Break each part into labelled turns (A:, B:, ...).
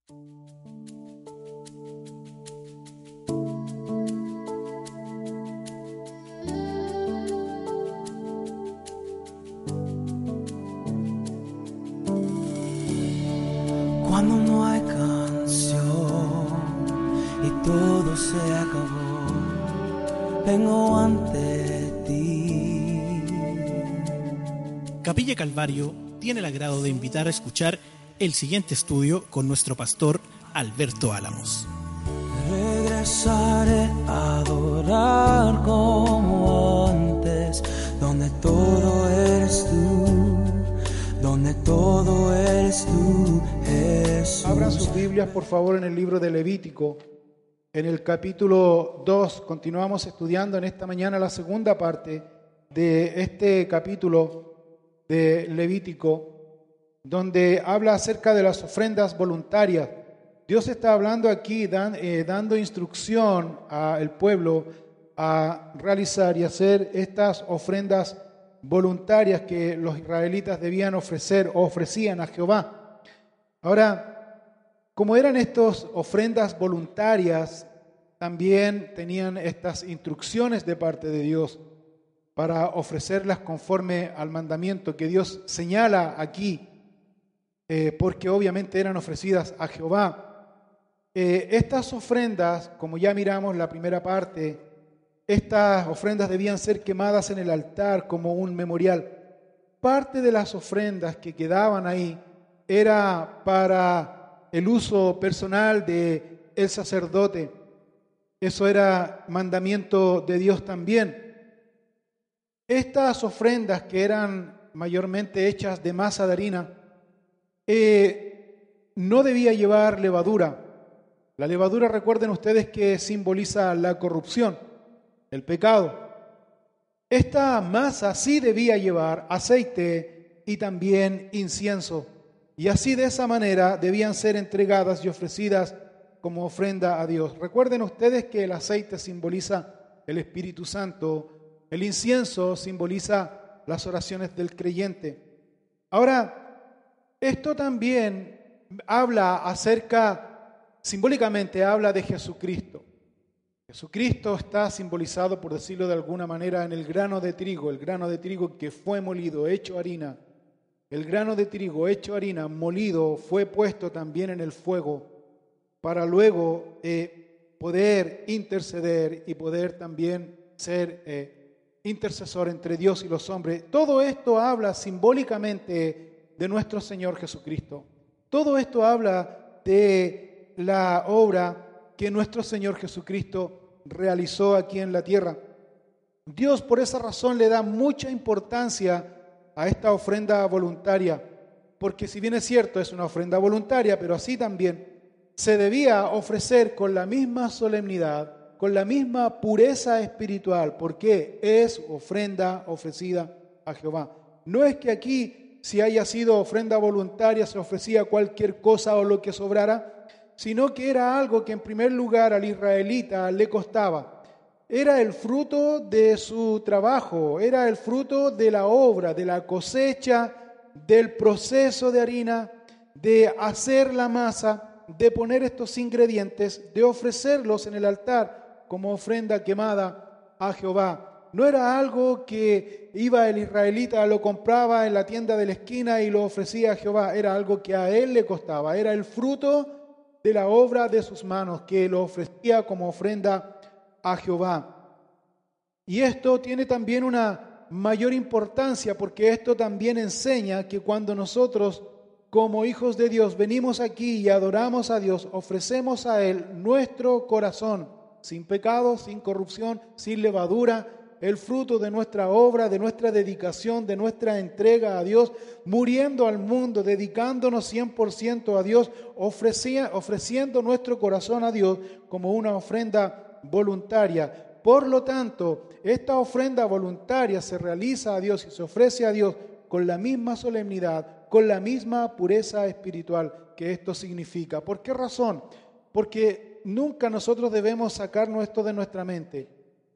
A: Cuando no hay canción y todo se acabó, vengo ante ti.
B: Capilla Calvario tiene el agrado de invitar a escuchar el siguiente estudio con nuestro pastor Alberto Álamos.
A: Regresaré a adorar como antes, donde todo eres tú, donde todo eres tú, Jesús.
C: Abran sus Biblias, por favor, en el libro de Levítico, en el capítulo 2. Continuamos estudiando en esta mañana la segunda parte de este capítulo de Levítico, donde habla acerca de las ofrendas voluntarias. Dios está hablando aquí, dando instrucción al pueblo a realizar y hacer estas ofrendas voluntarias que los israelitas debían ofrecer o ofrecían a Jehová. Ahora, como eran estas ofrendas voluntarias, también tenían estas instrucciones de parte de Dios para ofrecerlas conforme al mandamiento que Dios señala aquí, porque obviamente eran ofrecidas a Jehová. Estas ofrendas, como ya miramos la primera parte, estas ofrendas debían ser quemadas en el altar como un memorial. Parte de las ofrendas que quedaban ahí era para el uso personal del sacerdote. Eso era mandamiento de Dios también. Estas ofrendas, que eran mayormente hechas de masa de harina, no debía llevar levadura. La levadura, recuerden ustedes, que simboliza la corrupción, el pecado. Esta masa sí debía llevar aceite y también incienso. Y así, de esa manera, debían ser entregadas y ofrecidas como ofrenda a Dios. Recuerden ustedes que el aceite simboliza el Espíritu Santo. El incienso simboliza las oraciones del creyente. Ahora, esto también simbólicamente habla de Jesucristo. Jesucristo está simbolizado, por decirlo de alguna manera, en el grano de trigo que fue molido, hecho harina. El grano de trigo hecho harina, molido, fue puesto también en el fuego para luego poder interceder y poder también ser intercesor entre Dios y los hombres. Todo esto habla simbólicamente de nuestro Señor Jesucristo. Todo esto habla de la obra que nuestro Señor Jesucristo realizó aquí en la tierra. Dios, por esa razón, le da mucha importancia a esta ofrenda voluntaria, porque si bien es cierto, es una ofrenda voluntaria, pero así también se debía ofrecer con la misma solemnidad, con la misma pureza espiritual, porque es ofrenda ofrecida a Jehová. No es que aquí, si haya sido ofrenda voluntaria, se ofrecía cualquier cosa o lo que sobrara, sino que era algo que en primer lugar al israelita le costaba. Era el fruto de su trabajo, era el fruto de la obra, de la cosecha, del proceso de harina, de hacer la masa, de poner estos ingredientes, de ofrecerlos en el altar como ofrenda quemada a Jehová. No era algo que iba el israelita, lo compraba en la tienda de la esquina y lo ofrecía a Jehová. Era algo que a él le costaba. Era el fruto de la obra de sus manos que lo ofrecía como ofrenda a Jehová. Y esto tiene también una mayor importancia, porque esto también enseña que cuando nosotros, como hijos de Dios, venimos aquí y adoramos a Dios, ofrecemos a Él nuestro corazón, sin pecado, sin corrupción, sin levadura, el fruto de nuestra obra, de nuestra dedicación, de nuestra entrega a Dios, muriendo al mundo, dedicándonos 100% a Dios, ofreciendo nuestro corazón a Dios como una ofrenda voluntaria. Por lo tanto, esta ofrenda voluntaria se realiza a Dios y se ofrece a Dios con la misma solemnidad, con la misma pureza espiritual que esto significa. ¿Por qué razón? Porque nunca nosotros debemos sacarnos esto de nuestra mente,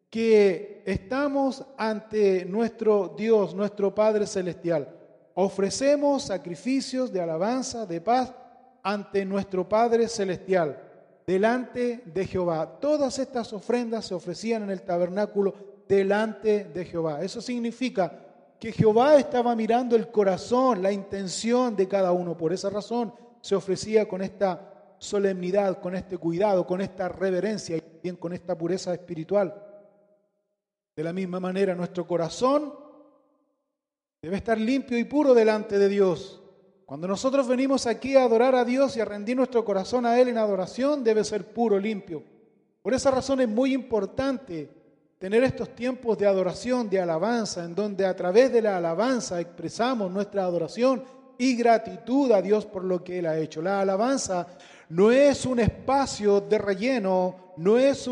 C: que estamos ante nuestro Dios, nuestro Padre Celestial. Ofrecemos sacrificios de alabanza, de paz, ante nuestro Padre Celestial, delante de Jehová. Todas estas ofrendas se ofrecían en el tabernáculo delante de Jehová. Eso significa que Jehová estaba mirando el corazón, la intención de cada uno. Por esa razón se ofrecía con esta solemnidad, con este cuidado, con esta reverencia y también con esta pureza espiritual. De la misma manera, nuestro corazón debe estar limpio y puro delante de Dios. Cuando nosotros venimos aquí a adorar a Dios y a rendir nuestro corazón a Él en adoración, debe ser puro, limpio. Por esa razón es muy importante tener estos tiempos de adoración, de alabanza, en donde a través de la alabanza expresamos nuestra adoración y gratitud a Dios por lo que Él ha hecho. La alabanza no es un espacio de relleno, no es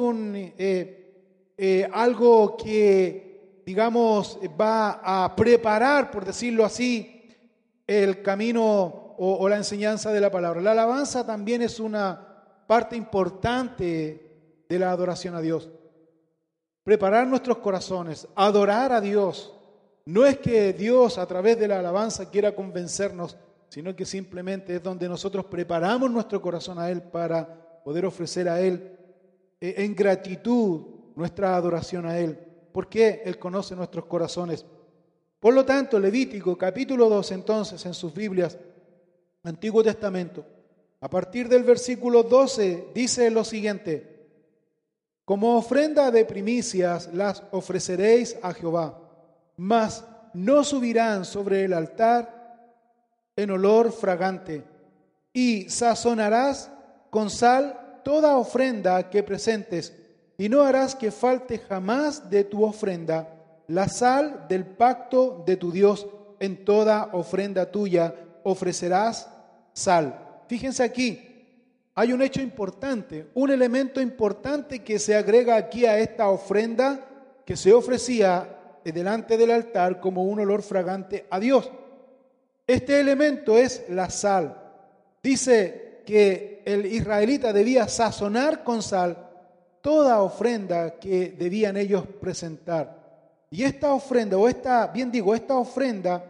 C: algo que, digamos, va a preparar, por decirlo así, el camino o la enseñanza de la palabra. La alabanza también es una parte importante de la adoración a Dios. Preparar nuestros corazones, adorar a Dios. No es que Dios a través de la alabanza quiera convencernos, sino que simplemente es donde nosotros preparamos nuestro corazón a Él para poder ofrecer a Él en gratitud nuestra adoración a Él, porque Él conoce nuestros corazones. Por lo tanto, Levítico capítulo 2, entonces, en sus Biblias, Antiguo Testamento, a partir del versículo 12, dice lo siguiente: como ofrenda de primicias las ofreceréis a Jehová, mas no subirán sobre el altar en olor fragante, y sazonarás con sal toda ofrenda que presentes, y no harás que falte jamás de tu ofrenda la sal del pacto de tu Dios. En toda ofrenda tuya ofrecerás sal. Fíjense aquí, hay un hecho importante, un elemento importante que se agrega aquí a esta ofrenda que se ofrecía delante del altar como un olor fragante a Dios. Este elemento es la sal. Dice que el israelita debía sazonar con sal toda ofrenda que debían ellos presentar. Y esta ofrenda, esta ofrenda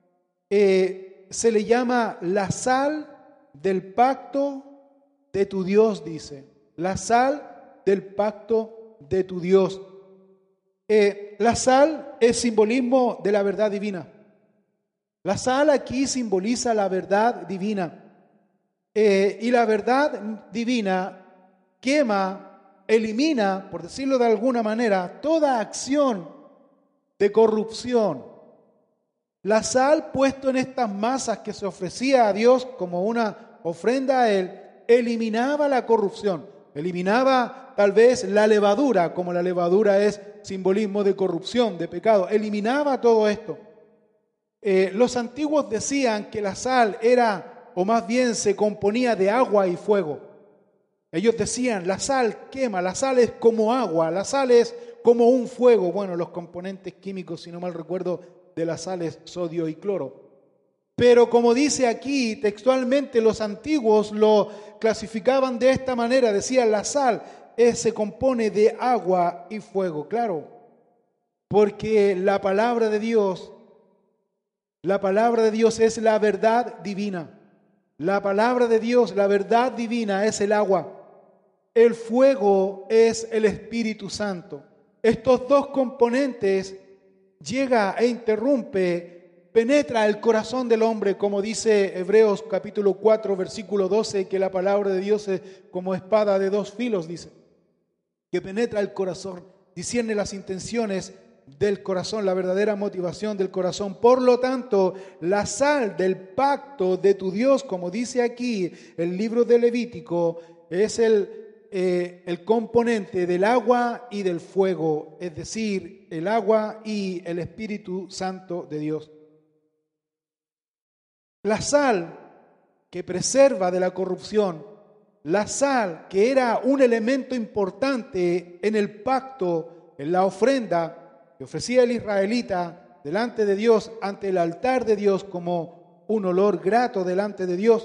C: se le llama la sal del pacto de tu Dios, dice. La sal del pacto de tu Dios. La sal es simbolismo de la verdad divina. La sal aquí simboliza la verdad divina. Y la verdad divina quema, elimina, por decirlo de alguna manera, toda acción de corrupción. La sal puesto en estas masas que se ofrecía a Dios como una ofrenda a Él, eliminaba la corrupción, eliminaba tal vez la levadura, como la levadura es simbolismo de corrupción, de pecado, eliminaba todo esto. Los antiguos decían que la sal era, o más bien se componía de agua y fuego. Ellos decían, la sal quema, la sal es como agua, la sal es como un fuego. Bueno, los componentes químicos, si no mal recuerdo, de la sal es sodio y cloro. Pero como dice aquí, textualmente los antiguos lo clasificaban de esta manera. Decían, la sal se compone de agua y fuego. Claro, porque la palabra de Dios es la verdad divina. La palabra de Dios, la verdad divina es el agua. El fuego es el Espíritu Santo. Estos dos componentes llega e interrumpe, penetra el corazón del hombre, como dice Hebreos capítulo 4, versículo 12, que la palabra de Dios es como espada de dos filos, dice, que penetra el corazón, discierne las intenciones del corazón, la verdadera motivación del corazón. Por lo tanto, la sal del pacto de tu Dios, como dice aquí el libro de Levítico, es el componente del agua y del fuego, es decir, el agua y el Espíritu Santo de Dios. La sal que preserva de la corrupción, la sal que era un elemento importante en el pacto, en la ofrenda que ofrecía el israelita delante de Dios, ante el altar de Dios como un olor grato delante de Dios,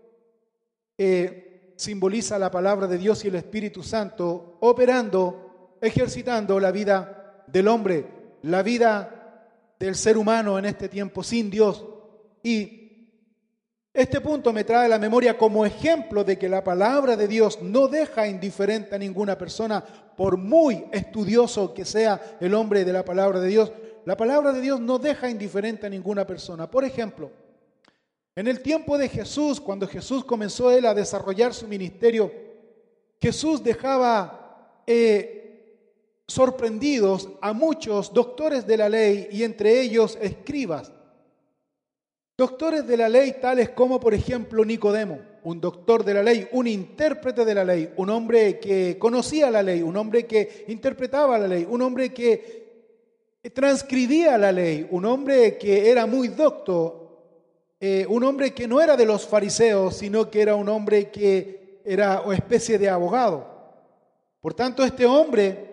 C: simboliza la palabra de Dios y el Espíritu Santo operando, ejercitando la vida del hombre, la vida del ser humano en este tiempo sin Dios. Y Este punto me trae a la memoria como ejemplo de que la palabra de Dios no deja indiferente a ninguna persona, por muy estudioso que sea el hombre de la palabra de Dios. La palabra de Dios no deja indiferente a ninguna persona. Por ejemplo, en el tiempo de Jesús, cuando Jesús comenzó él a desarrollar su ministerio, Jesús dejaba sorprendidos a muchos doctores de la ley y entre ellos escribas. Doctores de la ley tales como, por ejemplo, Nicodemo, un doctor de la ley, un intérprete de la ley, un hombre que conocía la ley, un hombre que interpretaba la ley, un hombre que transcribía la ley, un hombre que era muy docto, un hombre que no era de los fariseos, sino que era un hombre que era una especie de abogado. Por tanto, este hombre,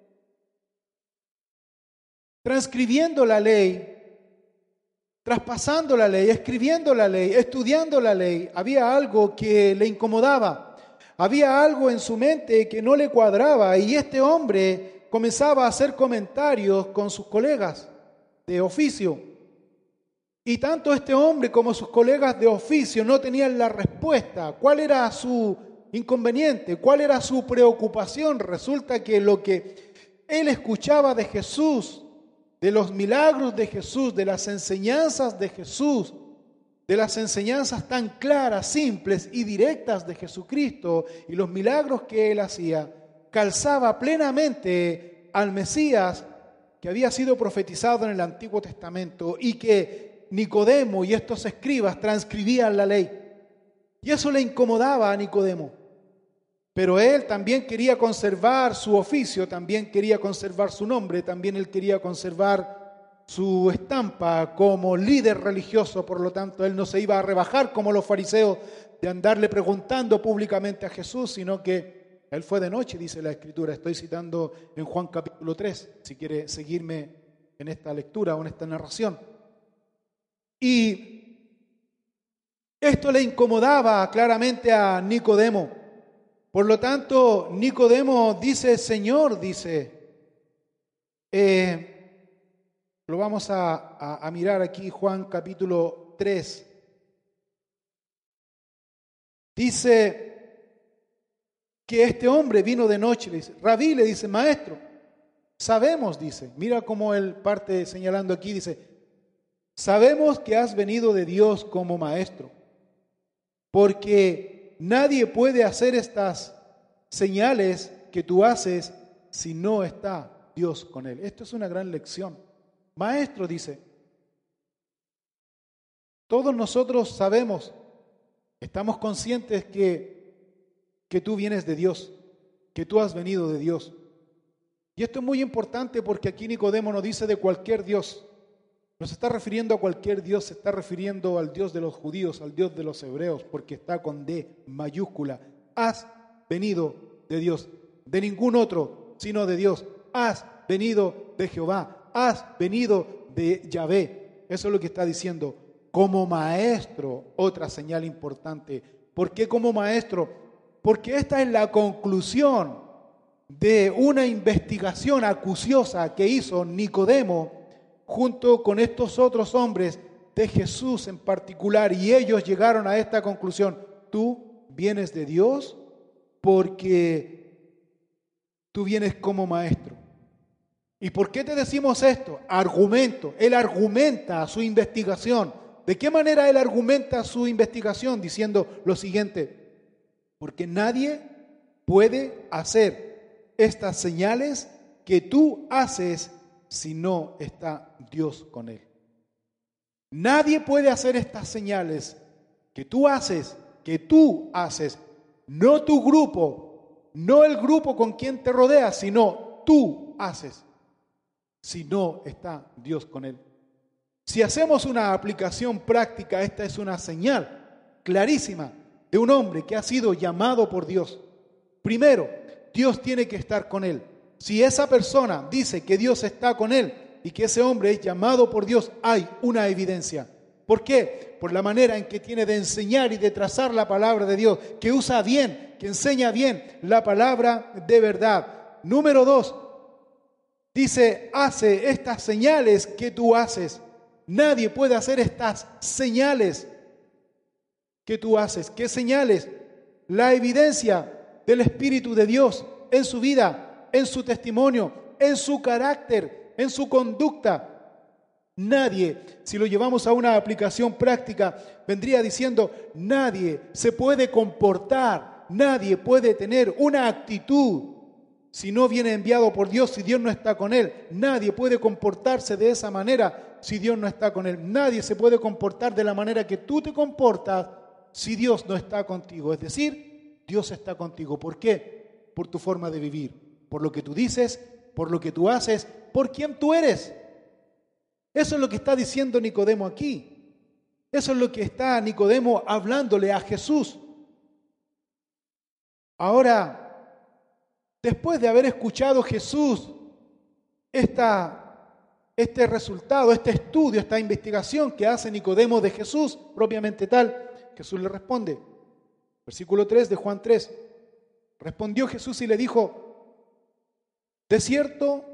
C: transcribiendo la ley, traspasando la ley, escribiendo la ley, estudiando la ley, había algo que le incomodaba, había algo en su mente que no le cuadraba y este hombre comenzaba a hacer comentarios con sus colegas de oficio. Y tanto este hombre como sus colegas de oficio no tenían la respuesta. ¿Cuál era su inconveniente? ¿Cuál era su preocupación? Resulta que lo que él escuchaba de Jesús, de los milagros de Jesús, de las enseñanzas de Jesús, de las enseñanzas tan claras, simples y directas de Jesucristo y los milagros que él hacía, calzaba plenamente al Mesías que había sido profetizado en el Antiguo Testamento y que Nicodemo y estos escribas transcribían la ley. Y eso le incomodaba a Nicodemo. Pero él también quería conservar su oficio, también quería conservar su nombre, también él quería conservar su estampa como líder religioso. Por lo tanto, él no se iba a rebajar como los fariseos de andarle preguntando públicamente a Jesús, sino que él fue de noche, dice la Escritura. Estoy citando en Juan capítulo 3, si quiere seguirme en esta lectura o en esta narración. Y esto le incomodaba claramente a Nicodemo. Por lo tanto, Nicodemo dice, Señor, lo vamos a mirar aquí, Juan capítulo 3. Dice que este hombre vino de noche, le dice, Rabí, le dice, maestro, sabemos, dice, mira cómo él parte señalando aquí, dice, sabemos que has venido de Dios como maestro, porque nadie puede hacer estas señales que tú haces si no está Dios con él. Esto es una gran lección. Maestro, dice, todos nosotros sabemos, estamos conscientes que tú vienes de Dios, que tú has venido de Dios. Y esto es muy importante porque aquí Nicodemo no dice de cualquier Dios. No se está refiriendo a cualquier Dios, se está refiriendo al Dios de los judíos, al Dios de los hebreos, porque está con D mayúscula. Has venido de Dios, de ningún otro, sino de Dios. Has venido de Jehová, has venido de Yahvé. Eso es lo que está diciendo. Como maestro, otra señal importante. ¿Por qué como maestro? Porque esta es la conclusión de una investigación acuciosa que hizo Nicodemo junto con estos otros hombres de Jesús en particular, y ellos llegaron a esta conclusión: tú vienes de Dios porque tú vienes como maestro. ¿Y por qué te decimos esto? Argumento. Él argumenta su investigación. ¿De qué manera él argumenta su investigación? Diciendo lo siguiente: porque nadie puede hacer estas señales que tú haces si no está Dios con él. Nadie puede hacer estas señales que tú haces, no tu grupo, no el grupo con quien te rodeas, sino tú haces, si no está Dios con él. Si hacemos una aplicación práctica, esta es una señal clarísima de un hombre que ha sido llamado por Dios. Primero, Dios tiene que estar con él. Si esa persona dice que Dios está con él y que ese hombre es llamado por Dios, hay una evidencia. ¿Por qué? Por la manera en que tiene de enseñar y de trazar la palabra de Dios, que usa bien, que enseña bien la palabra de verdad. Número 2, dice, hace estas señales que tú haces. Nadie puede hacer estas señales que tú haces? ¿Qué señales? La evidencia del Espíritu de Dios en su vida, en su testimonio, en su carácter, en su conducta. Nadie, si lo llevamos a una aplicación práctica, vendría diciendo, nadie se puede comportar, nadie puede tener una actitud si no viene enviado por Dios, si Dios no está con él. Nadie puede comportarse de esa manera si Dios no está con él. Nadie se puede comportar de la manera que tú te comportas si Dios no está contigo. Es decir, Dios está contigo. ¿Por qué? Por tu forma de vivir, por lo que tú dices, por lo que tú haces, por quién tú eres. Eso es lo que está diciendo Nicodemo aquí. Eso es lo que está Nicodemo hablándole a Jesús. Ahora, después de haber escuchado Jesús este resultado, este estudio, esta investigación que hace Nicodemo de Jesús, propiamente tal, Jesús le responde. Versículo 3 de Juan 3. Respondió Jesús y le dijo, de cierto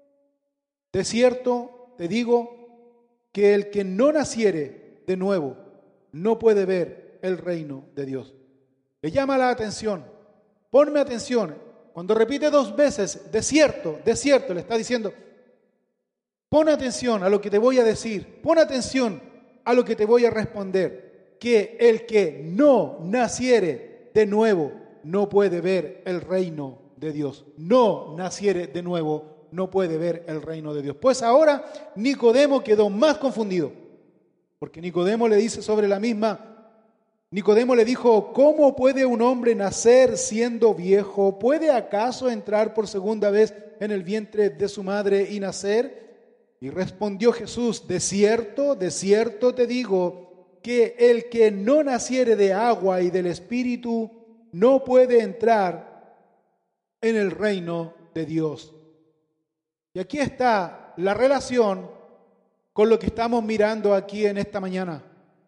C: te digo que el que no naciere de nuevo no puede ver el reino de Dios. Le llama la atención, ponme atención. Cuando repite 2 veces, de cierto, le está diciendo, pon atención a lo que te voy a decir, pon atención a lo que te voy a responder, que el que no naciere de nuevo no puede ver el reino de Dios. No naciere de nuevo, no puede ver el reino de Dios. Pues ahora Nicodemo quedó más confundido, porque Nicodemo le dice sobre la misma. Nicodemo le dijo, ¿cómo puede un hombre nacer siendo viejo? ¿Puede acaso entrar por segunda vez en el vientre de su madre y nacer? Y respondió Jesús, de cierto te digo, que el que no naciere de agua y del Espíritu no puede entrar en el reino de Dios. Y aquí está la relación con lo que estamos mirando aquí en esta mañana.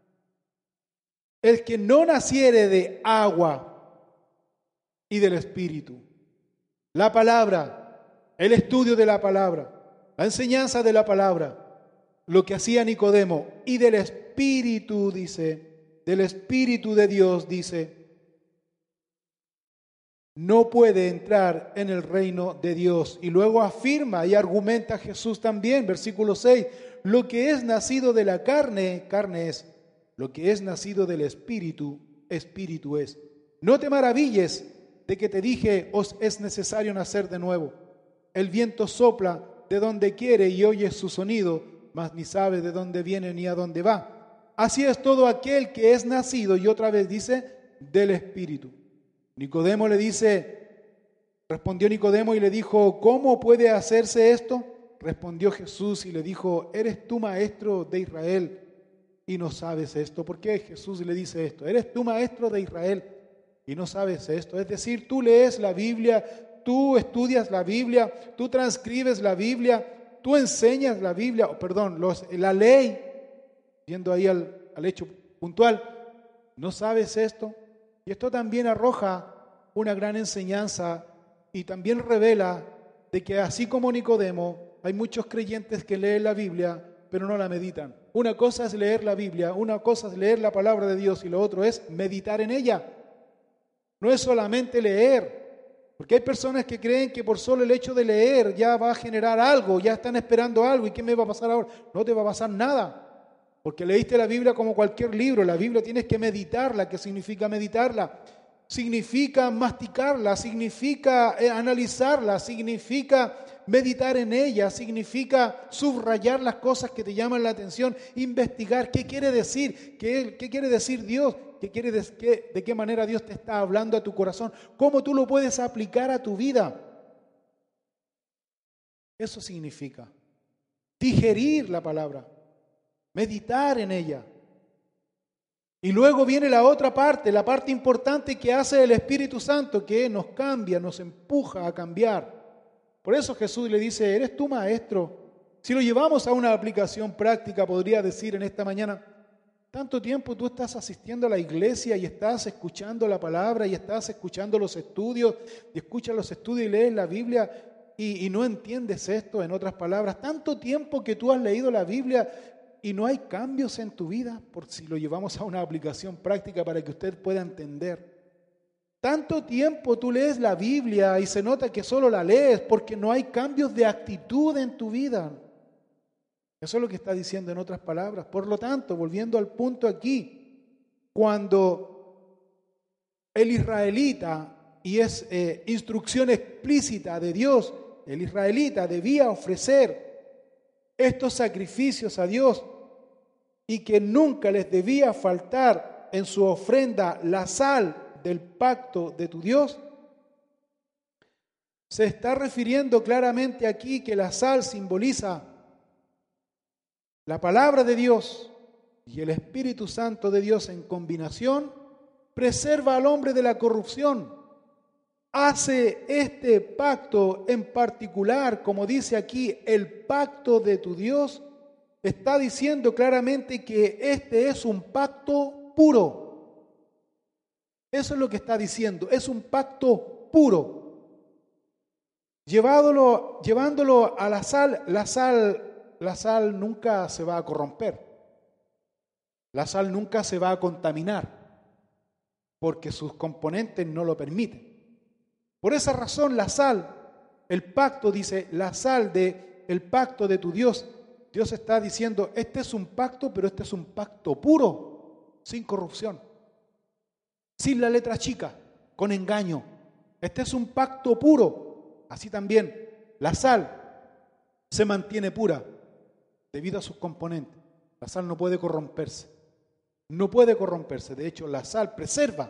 C: El que no naciere de agua y del Espíritu. La palabra, el estudio de la palabra, la enseñanza de la palabra, lo que hacía Nicodemo, y del Espíritu, dice, del Espíritu de Dios, dice, no puede entrar en el reino de Dios. Y luego afirma y argumenta Jesús también, versículo 6, lo que es nacido de la carne, carne es. Lo que es nacido del Espíritu, Espíritu es. No te maravilles de que te dije, os es necesario nacer de nuevo. El viento sopla de donde quiere y oyes su sonido, mas ni sabes de dónde viene ni a dónde va. Así es todo aquel que es nacido, y otra vez dice, del Espíritu. Nicodemo le dice, respondió Nicodemo y le dijo, ¿cómo puede hacerse esto? Respondió Jesús y le dijo, ¿eres tú maestro de Israel y no sabes esto? ¿Por qué Jesús le dice esto? ¿Eres tú maestro de Israel y no sabes esto? Es decir, tú lees la Biblia, tú estudias la Biblia, tú transcribes la Biblia, tú enseñas la Biblia, la ley, yendo ahí al hecho puntual, ¿no sabes esto? Y esto también arroja una gran enseñanza y también revela de que así como Nicodemo, hay muchos creyentes que leen la Biblia pero no la meditan. Una cosa es leer la Biblia, una cosa es leer la palabra de Dios y lo otro es meditar en ella. No es solamente leer, porque hay personas que creen que por solo el hecho de leer ya va a generar algo, ya están esperando algo. ¿Y qué me va a pasar ahora? No te va a pasar nada, porque leíste la Biblia como cualquier libro. La Biblia tienes que meditarla. ¿Qué significa meditarla? Significa masticarla, significa analizarla, significa meditar en ella, significa subrayar las cosas que te llaman la atención, investigar qué quiere decir, qué quiere decir Dios, de qué manera Dios te está hablando a tu corazón, cómo tú lo puedes aplicar a tu vida. Eso significa digerir la palabra, meditar en ella. Y luego viene la otra parte, la parte importante que hace el Espíritu Santo, que nos cambia, nos empuja a cambiar. Por eso Jesús le dice, ¿eres tú maestro? Si lo llevamos a una aplicación práctica, podría decir en esta mañana, tanto tiempo tú estás asistiendo a la iglesia y estás escuchando la palabra y estás escuchando los estudios, y escuchas los estudios y lees la Biblia y no entiendes esto. En otras palabras, tanto tiempo que tú has leído la Biblia y no hay cambios en tu vida, por si lo llevamos a una aplicación práctica para que usted pueda entender. Tanto tiempo tú lees la Biblia y se nota que solo la lees porque no hay cambios de actitud en tu vida. Eso es lo que está diciendo en otras palabras. Por lo tanto, volviendo al punto aquí, cuando el israelita, y es instrucción explícita de Dios, el israelita debía ofrecer estos sacrificios a Dios y que nunca les debía faltar en su ofrenda la sal del pacto de tu Dios, se está refiriendo claramente aquí que la sal simboliza la palabra de Dios y el Espíritu Santo de Dios en combinación, preserva al hombre de la corrupción. Hace este pacto en particular, como dice aquí, el pacto de tu Dios, está diciendo claramente que este es un pacto puro. Eso es lo que está diciendo, es un pacto puro. Llevándolo a la sal nunca se va a corromper. La sal nunca se va a contaminar, porque sus componentes no lo permiten. Por esa razón la sal, el pacto dice, la sal del pacto de tu Dios. Dios está diciendo, este es un pacto, pero este es un pacto puro, sin corrupción, sin la letra chica, con engaño. Este es un pacto puro. Así también la sal se mantiene pura debido a sus componentes. La sal no puede corromperse. No puede corromperse. De hecho, la sal preserva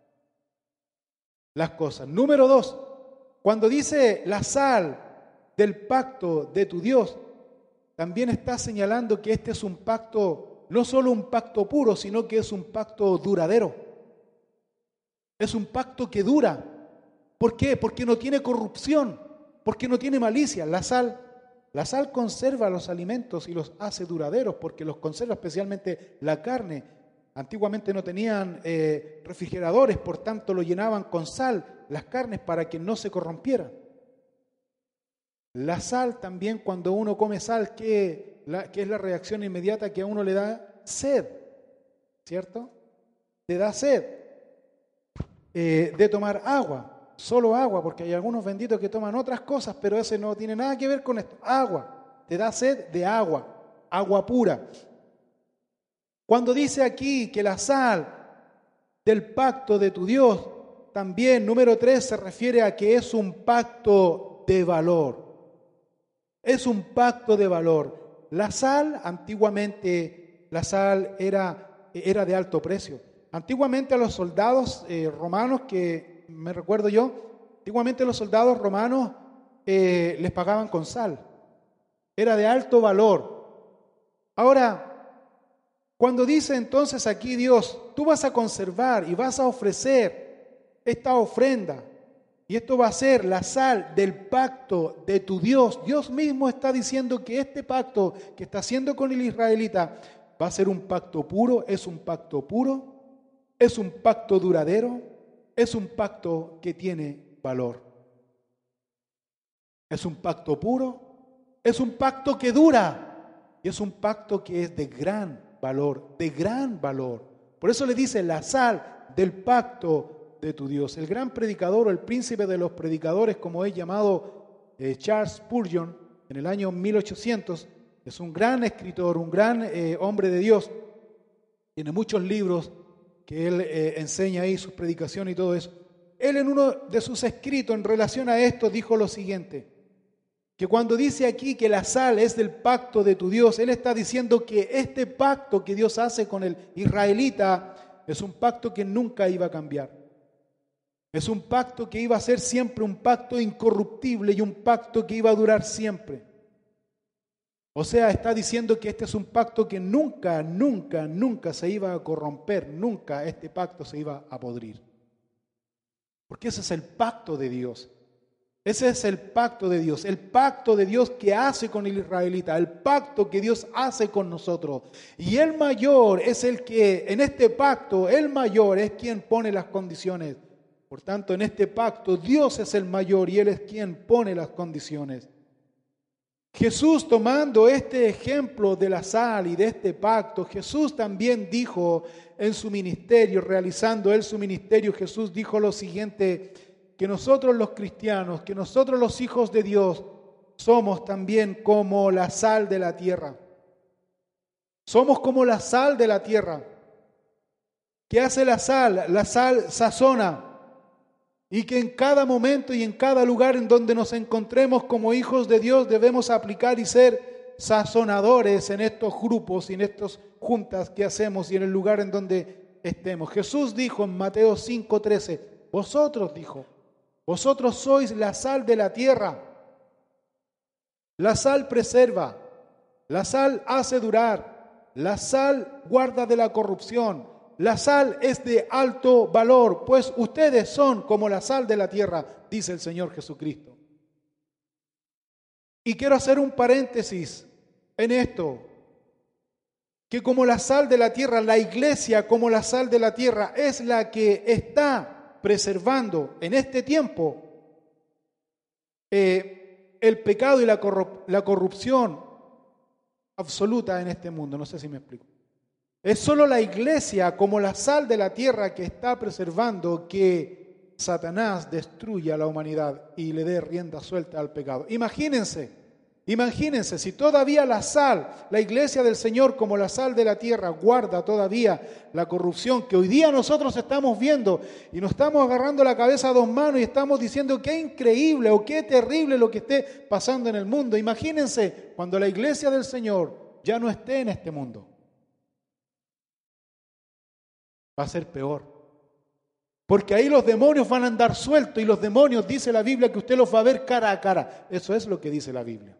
C: las cosas. Número 2, cuando dice la sal del pacto de tu Dios, también está señalando que este es un pacto, no solo un pacto puro, sino que es un pacto duradero. Es un pacto que dura. ¿Por qué? Porque no tiene corrupción, porque no tiene malicia. La sal conserva los alimentos y los hace duraderos, porque los conserva, especialmente la carne. Antiguamente no tenían refrigeradores, por tanto lo llenaban con sal las carnes para que no se corrompieran. La sal también, cuando uno come sal, que es la reacción inmediata que a uno le da sed, ¿cierto? Te da sed de tomar agua, solo agua, porque hay algunos benditos que toman otras cosas, pero ese no tiene nada que ver con esto. Agua, te da sed de agua, agua pura. Cuando dice aquí que la sal del pacto de tu Dios, también, número 3, se refiere a que es un pacto de valor. Es un pacto de valor. La sal, antiguamente, la sal era de alto precio. Antiguamente a los soldados romanos, que me recuerdo yo, antiguamente los soldados romanos les pagaban con sal. Era de alto valor. Ahora, cuando dice entonces aquí Dios, tú vas a conservar y vas a ofrecer esta ofrenda, y esto va a ser la sal del pacto de tu Dios. Dios mismo está diciendo que este pacto que está haciendo con el israelita va a ser un pacto puro, es un pacto puro, es un pacto duradero, es un pacto que tiene valor. Es un pacto puro, es un pacto que dura y es un pacto que es de gran valor, de gran valor. Por eso le dice la sal del pacto de tu Dios. El gran predicador o el príncipe de los predicadores, como es llamado Charles Spurgeon, en el año 1800, es un gran escritor, un gran hombre de Dios. Tiene muchos libros que él enseña ahí, sus predicaciones y todo eso. Él en uno de sus escritos en relación a esto dijo lo siguiente, que cuando dice aquí que la sal es del pacto de tu Dios, él está diciendo que este pacto que Dios hace con el israelita es un pacto que nunca iba a cambiar. Es un pacto que iba a ser siempre un pacto incorruptible y un pacto que iba a durar siempre. O sea, está diciendo que este es un pacto que nunca, nunca, nunca se iba a corromper, nunca este pacto se iba a podrir. Porque ese es el pacto de Dios. Ese es el pacto de Dios que hace con el israelita, el pacto que Dios hace con nosotros. Y el mayor es el que, en este pacto, el mayor es quien pone las condiciones. Por tanto, en este pacto Dios es el mayor y Él es quien pone las condiciones. Jesús, tomando este ejemplo de la sal y de este pacto, Jesús también dijo en su ministerio, realizando él su ministerio, Jesús dijo lo siguiente, que nosotros los cristianos, que nosotros los hijos de Dios, somos también como la sal de la tierra. Somos como la sal de la tierra. ¿Qué hace la sal? La sal sazona. Y que en cada momento y en cada lugar en donde nos encontremos como hijos de Dios debemos aplicar y ser sazonadores en estos grupos y en estas juntas que hacemos y en el lugar en donde estemos. Jesús dijo en Mateo 5:13, vosotros sois la sal de la tierra. La sal preserva, la sal hace durar, la sal guarda de la corrupción. La sal es de alto valor, pues ustedes son como la sal de la tierra, dice el Señor Jesucristo. Y quiero hacer un paréntesis en esto, que como la sal de la tierra, la iglesia como la sal de la tierra es la que está preservando en este tiempo el pecado y la corrupción absoluta en este mundo. No sé si me explico. Es solo la iglesia como la sal de la tierra que está preservando que Satanás destruya a la humanidad y le dé rienda suelta al pecado. Imagínense si todavía la sal, la iglesia del Señor como la sal de la tierra guarda todavía la corrupción que hoy día nosotros estamos viendo y nos estamos agarrando la cabeza a dos manos y estamos diciendo qué increíble o qué terrible lo que esté pasando en el mundo. Imagínense cuando la iglesia del Señor ya no esté en este mundo. Va a ser peor. Porque ahí los demonios van a andar sueltos y los demonios, dice la Biblia, que usted los va a ver cara a cara. Eso es lo que dice la Biblia.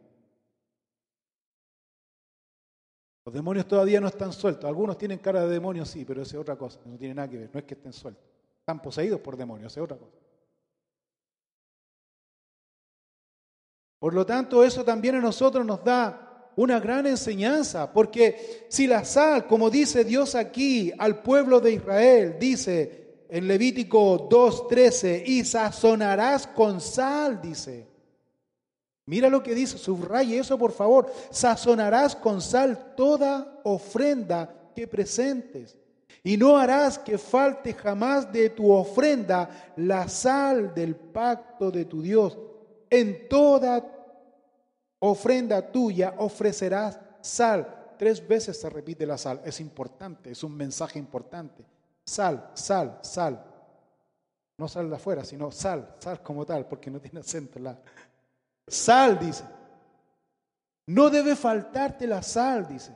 C: Los demonios todavía no están sueltos. Algunos tienen cara de demonios, sí, pero eso es otra cosa. No tiene nada que ver. No es que estén sueltos. Están poseídos por demonios, eso es otra cosa. Por lo tanto, eso también a nosotros nos da una gran enseñanza, porque si la sal, como dice Dios aquí al pueblo de Israel, dice en Levítico 2:13, y sazonarás con sal, dice. Mira lo que dice, subraye eso por favor. Sazonarás con sal toda ofrenda que presentes, y no harás que falte jamás de tu ofrenda la sal del pacto de tu Dios. En toda ofrenda tuya ofrecerás sal. 3 veces se repite la sal. Es importante, es un mensaje importante. Sal, sal, sal. No sal de afuera, sino sal, sal como tal, porque no tiene acento. Sal, dice. No debe faltarte la sal, dice.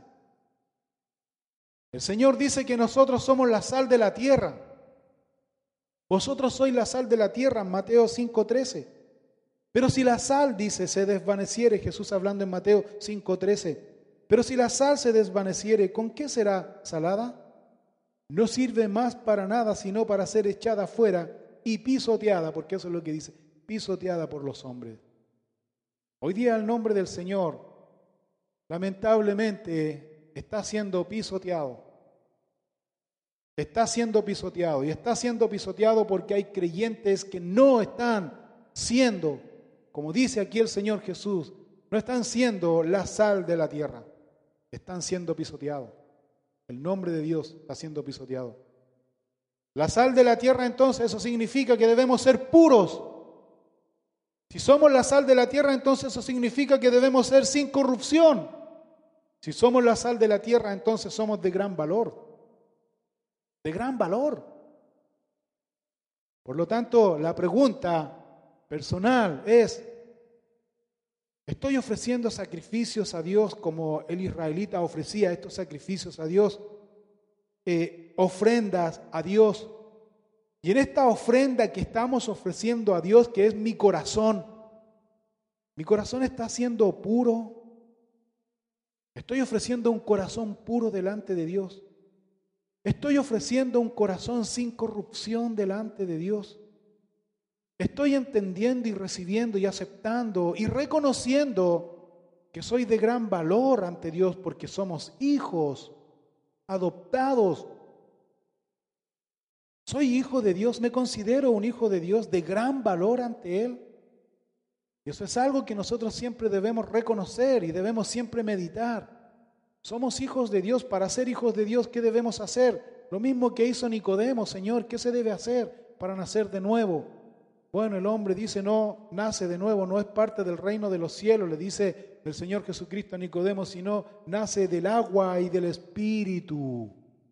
C: El Señor dice que nosotros somos la sal de la tierra. Vosotros sois la sal de la tierra, en Mateo 5:13. Pero si la sal, dice, se desvaneciere, Jesús hablando en Mateo 5:13, pero si la sal se desvaneciere, ¿con qué será salada? No sirve más para nada, sino para ser echada afuera y pisoteada, porque eso es lo que dice, pisoteada por los hombres. Hoy día el nombre del Señor, lamentablemente, está siendo pisoteado. Está siendo pisoteado, y está siendo pisoteado porque hay creyentes que no están siendo, como dice aquí el Señor Jesús, no están siendo la sal de la tierra, están siendo pisoteados. El nombre de Dios está siendo pisoteado. La sal de la tierra, entonces, eso significa que debemos ser puros. Si somos la sal de la tierra, entonces eso significa que debemos ser sin corrupción. Si somos la sal de la tierra, entonces somos de gran valor. De gran valor. Por lo tanto, la pregunta personal es, ¿estoy ofreciendo sacrificios a Dios como el israelita ofrecía estos sacrificios a Dios? Ofrendas a Dios. Y en esta ofrenda que estamos ofreciendo a Dios, que es mi corazón está siendo puro. Estoy ofreciendo un corazón puro delante de Dios. Estoy ofreciendo un corazón sin corrupción delante de Dios. Estoy entendiendo y recibiendo y aceptando y reconociendo que soy de gran valor ante Dios porque somos hijos adoptados. Soy hijo de Dios, me considero un hijo de Dios de gran valor ante Él. Y eso es algo que nosotros siempre debemos reconocer y debemos siempre meditar. Somos hijos de Dios. Para ser hijos de Dios, ¿qué debemos hacer? Lo mismo que hizo Nicodemo, Señor, ¿qué se debe hacer para nacer de nuevo? Bueno, el hombre dice, no nace de nuevo, no es parte del reino de los cielos, le dice el Señor Jesucristo a Nicodemo, sino nace del agua y del Espíritu.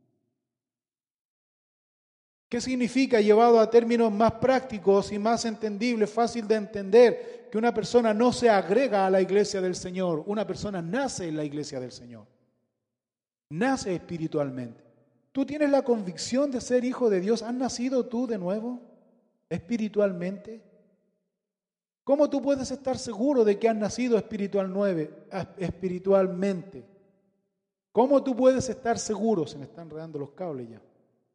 C: ¿Qué significa, llevado a términos más prácticos y más entendibles, fácil de entender, que una persona no se agrega a la iglesia del Señor? Una persona nace en la iglesia del Señor. Nace espiritualmente. ¿Tú tienes la convicción de ser hijo de Dios? ¿Has nacido tú de nuevo espiritualmente? ¿Cómo tú puedes estar seguro de que has nacido espiritualmente? ¿Cómo tú puedes estar seguro? Se me están enredando los cables ya.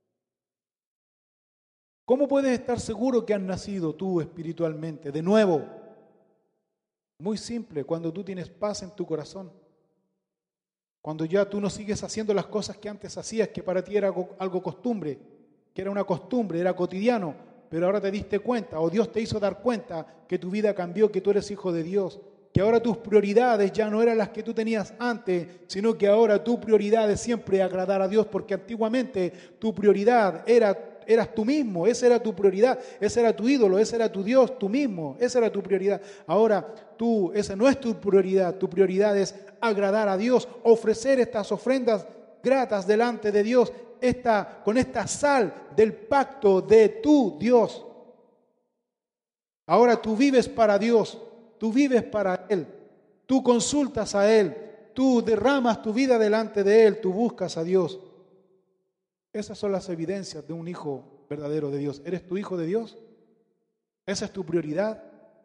C: ¿Cómo puedes estar seguro que has nacido tú espiritualmente de nuevo? Muy simple, cuando tú tienes paz en tu corazón. Cuando ya tú no sigues haciendo las cosas que antes hacías, que para ti era algo costumbre, que era una costumbre, era cotidiano, pero ahora te diste cuenta, o Dios te hizo dar cuenta que tu vida cambió, que tú eres hijo de Dios, que ahora tus prioridades ya no eran las que tú tenías antes, sino que ahora tu prioridad es siempre agradar a Dios, porque antiguamente tu prioridad eras tú mismo, esa era tu prioridad, ese era tu ídolo, ese era tu Dios, tú mismo, esa era tu prioridad. Ahora esa no es tu prioridad es agradar a Dios, ofrecer estas ofrendas gratas delante de Dios, con esta sal del pacto de tu Dios. Ahora tú vives para Dios, tú vives para Él, tú consultas a Él, tú derramas tu vida delante de Él, tú buscas a Dios. Esas son las evidencias de un hijo verdadero de Dios. ¿Eres tu hijo de Dios? ¿Esa es tu prioridad?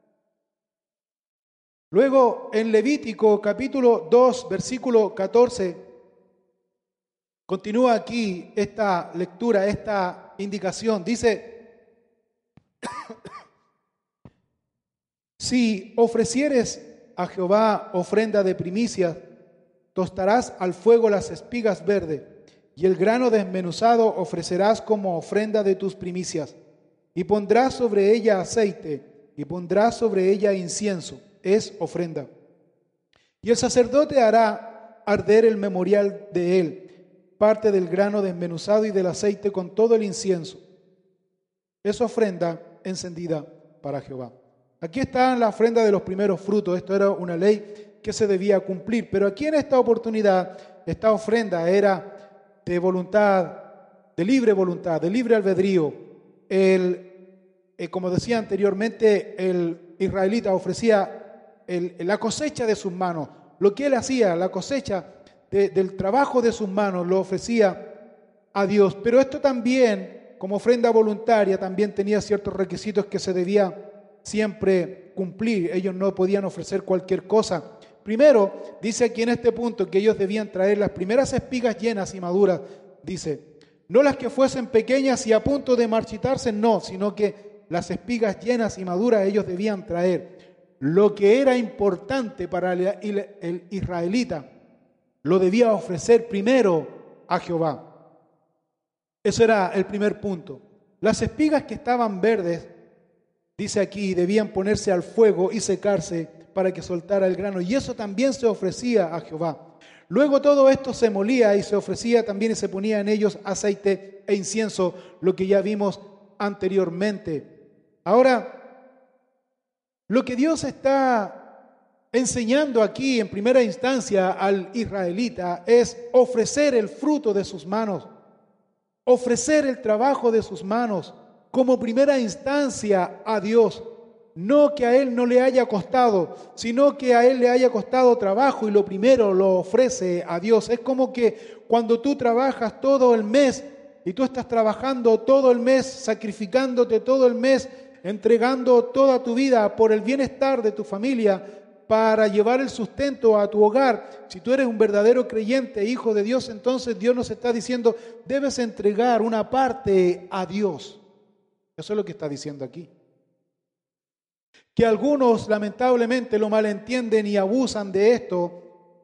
C: Luego, en Levítico capítulo 2, versículo 14, continúa aquí esta lectura, esta indicación. Dice, si ofrecieres a Jehová ofrenda de primicias, tostarás al fuego las espigas verdes, y el grano desmenuzado ofrecerás como ofrenda de tus primicias, y pondrás sobre ella aceite, y pondrás sobre ella incienso, es ofrenda. Y el sacerdote hará arder el memorial de él, parte del grano desmenuzado y del aceite con todo el incienso. Es ofrenda encendida para Jehová. Aquí está la ofrenda de los primeros frutos. Esto era una ley que se debía cumplir, pero aquí en esta oportunidad, esta ofrenda era de voluntad, de libre albedrío. Como decía anteriormente, el israelita ofrecía la cosecha de sus manos. Lo que él hacía, la cosecha del trabajo de sus manos, lo ofrecía a Dios. Pero esto también, como ofrenda voluntaria, también tenía ciertos requisitos que se debía siempre cumplir. Ellos no podían ofrecer cualquier cosa. Primero, dice aquí en este punto que ellos debían traer las primeras espigas llenas y maduras. Dice, no las que fuesen pequeñas y a punto de marchitarse, no, sino que las espigas llenas y maduras ellos debían traer. Lo que era importante para el israelita, lo debía ofrecer primero a Jehová. Eso era el primer punto. Las espigas que estaban verdes, dice aquí, debían ponerse al fuego y secarse para que soltara el grano, y eso también se ofrecía a Jehová. Luego todo esto se molía y se ofrecía también y se ponía en ellos aceite e incienso, lo que ya vimos anteriormente. Ahora, lo que Dios está enseñando aquí en primera instancia al israelita es ofrecer el fruto de sus manos, ofrecer el trabajo de sus manos como primera instancia a Dios. No que a él no le haya costado, sino que a él le haya costado trabajo y lo primero lo ofrece a Dios. Es como que cuando tú trabajas todo el mes y tú estás trabajando todo el mes, sacrificándote todo el mes, entregando toda tu vida por el bienestar de tu familia para llevar el sustento a tu hogar. Si tú eres un verdadero creyente, hijo de Dios, entonces Dios nos está diciendo, debes entregar una parte a Dios. Eso es lo que está diciendo aquí. Que algunos lamentablemente lo malentienden y abusan de esto,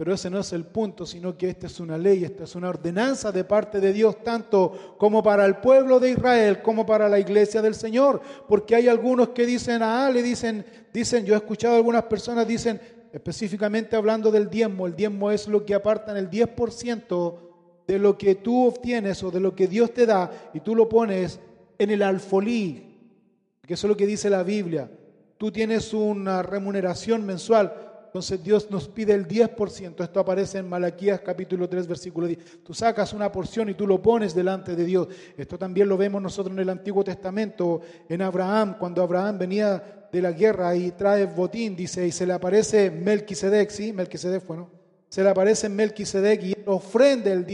C: pero ese no es el punto, sino que esta es una ley, esta es una ordenanza de parte de Dios, tanto como para el pueblo de Israel, como para la iglesia del Señor. Porque hay algunos que dicen, yo he escuchado a algunas personas dicen, específicamente hablando del diezmo, el diezmo es lo que apartan el 10% de lo que tú obtienes o de lo que Dios te da, y tú lo pones en el alfolí, que eso es lo que dice la Biblia. Tú tienes una remuneración mensual. Entonces Dios nos pide el 10%. Esto aparece en Malaquías capítulo 3, versículo 10. Tú sacas una porción y tú lo pones delante de Dios. Esto también lo vemos nosotros en el Antiguo Testamento, en Abraham, cuando Abraham venía de la guerra y trae botín, dice, y se le aparece Melquisedec, ¿sí? Melquisedec fue, ¿no? Se le aparece Melquisedec y él ofrece el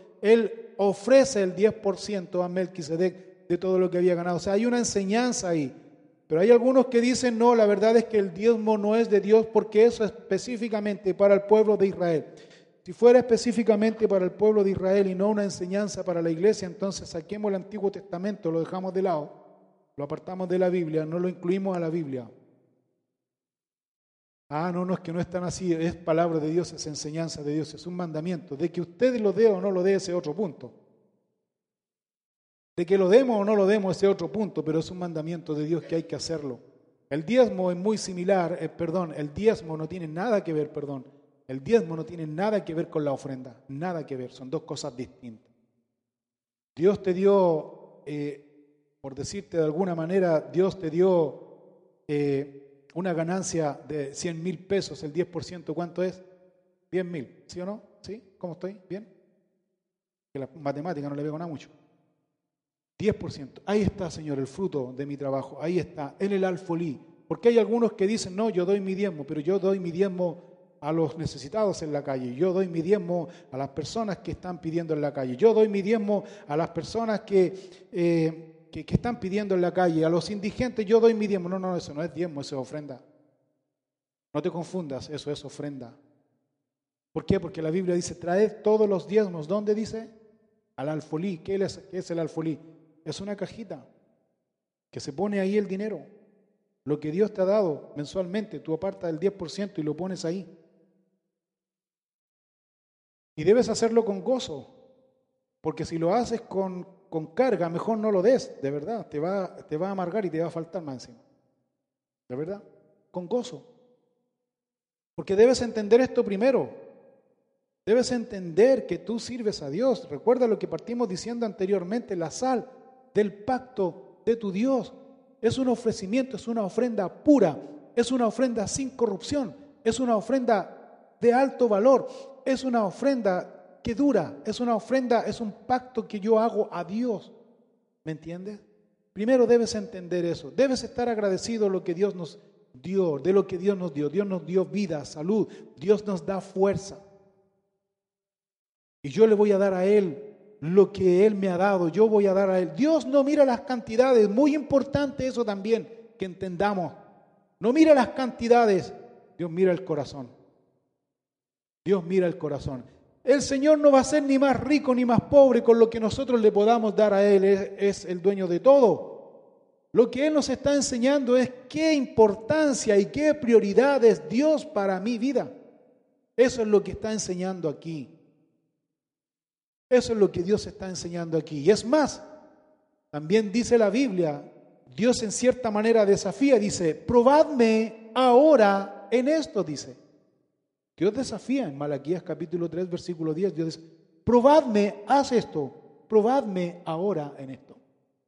C: 10% a Melquisedec de todo lo que había ganado. O sea, hay una enseñanza ahí. Pero hay algunos que dicen, no, la verdad es que el diezmo no es de Dios porque eso es específicamente para el pueblo de Israel. Si fuera específicamente para el pueblo de Israel y no una enseñanza para la iglesia, entonces saquemos el Antiguo Testamento, lo dejamos de lado, lo apartamos de la Biblia, no lo incluimos a la Biblia. No, es que no es tan así, es palabra de Dios, es enseñanza de Dios, es un mandamiento. De que usted lo dé o no lo dé, ese es otro punto. De que lo demos o no lo demos, ese es otro punto, pero es un mandamiento de Dios que hay que hacerlo. El diezmo es muy similar, el diezmo no tiene nada que ver, el diezmo no tiene nada que ver con la ofrenda, nada que ver, son dos cosas distintas. Dios te dio, por decirte de alguna manera, Dios te dio una ganancia de 100,000 pesos, el 10%, ¿cuánto es? 10,000, ¿sí o no? ¿Sí? ¿Cómo estoy? ¿Bien? Que la matemática no le veo nada mucho. 10%. Ahí está, Señor, el fruto de mi trabajo. Ahí está, en el alfolí. Porque hay algunos que dicen, no, yo doy mi diezmo, pero yo doy mi diezmo a los necesitados en la calle. Yo doy mi diezmo a las personas que están pidiendo en la calle. Yo doy mi diezmo a las personas que están pidiendo en la calle. A los indigentes yo doy mi diezmo. No, eso no es diezmo, eso es ofrenda. No te confundas, eso es ofrenda. ¿Por qué? Porque la Biblia dice, traed todos los diezmos. ¿Dónde dice? Al alfolí. ¿Qué es el alfolí? Es una cajita que se pone ahí el dinero. Lo que Dios te ha dado mensualmente, tú apartas el 10% y lo pones ahí. Y debes hacerlo con gozo, porque si lo haces con carga, mejor no lo des, de verdad. Te va a amargar y te va a faltar más encima. De verdad, con gozo. Porque debes entender esto primero. Debes entender que tú sirves a Dios. Recuerda lo que partimos diciendo anteriormente, la sal del pacto de tu Dios. Es un ofrecimiento, es una ofrenda pura, es una ofrenda sin corrupción, es una ofrenda de alto valor, es una ofrenda que dura, es una ofrenda, es un pacto que yo hago a Dios. ¿Me entiendes? Primero debes entender eso, debes estar agradecido de lo que Dios nos dio, de lo que Dios nos dio. Dios nos dio vida, salud, Dios nos da fuerza. Y yo le voy a dar a Él lo que Él me ha dado, yo voy a dar a Él. Dios no mira las cantidades, muy importante eso también, que entendamos. No mira las cantidades, Dios mira el corazón. Dios mira el corazón. El Señor no va a ser ni más rico ni más pobre con lo que nosotros le podamos dar a Él, es el dueño de todo. Lo que Él nos está enseñando es qué importancia y qué prioridad es Dios para mi vida. Eso es lo que está enseñando aquí. Eso es lo que Dios está enseñando aquí. Y es más, también dice la Biblia, Dios en cierta manera desafía, dice, probadme ahora en esto, dice. Dios desafía en Malaquías capítulo 3, versículo 10, Dios dice, probadme, haz esto, probadme ahora en esto.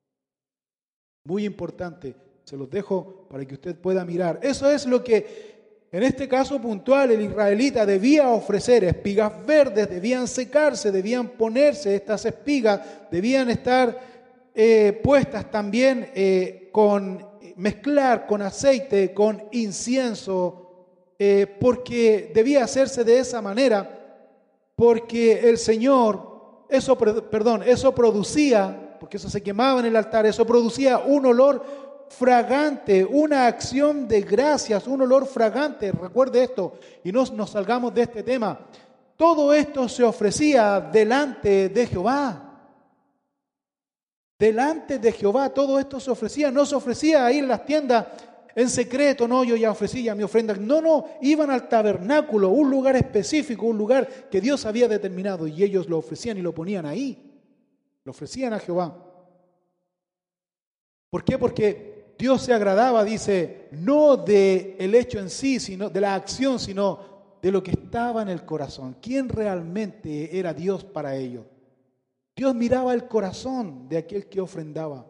C: Muy importante, se los dejo para que usted pueda mirar. Eso es lo que en este caso puntual el israelita debía ofrecer, espigas verdes, debían secarse, debían ponerse estas espigas, debían estar puestas también mezclar con aceite, con incienso, porque debía hacerse de esa manera, porque el Señor, eso producía, porque eso se quemaba en el altar, eso producía un olor fragante, una acción de gracias, un olor fragante. Recuerde esto y no nos salgamos de este tema. Todo esto se ofrecía delante de Jehová. Delante de Jehová todo esto se ofrecía. No se ofrecía ahí en las tiendas en secreto, no, yo ya ofrecí ya mi ofrenda. No, iban al tabernáculo, un lugar específico, un lugar que Dios había determinado, y ellos lo ofrecían y lo ponían ahí. Lo ofrecían a Jehová. ¿Por qué? Porque Dios se agradaba, dice, no del hecho en sí, sino de la acción, sino de lo que estaba en el corazón. ¿Quién realmente era Dios para ellos? Dios miraba el corazón de aquel que ofrendaba.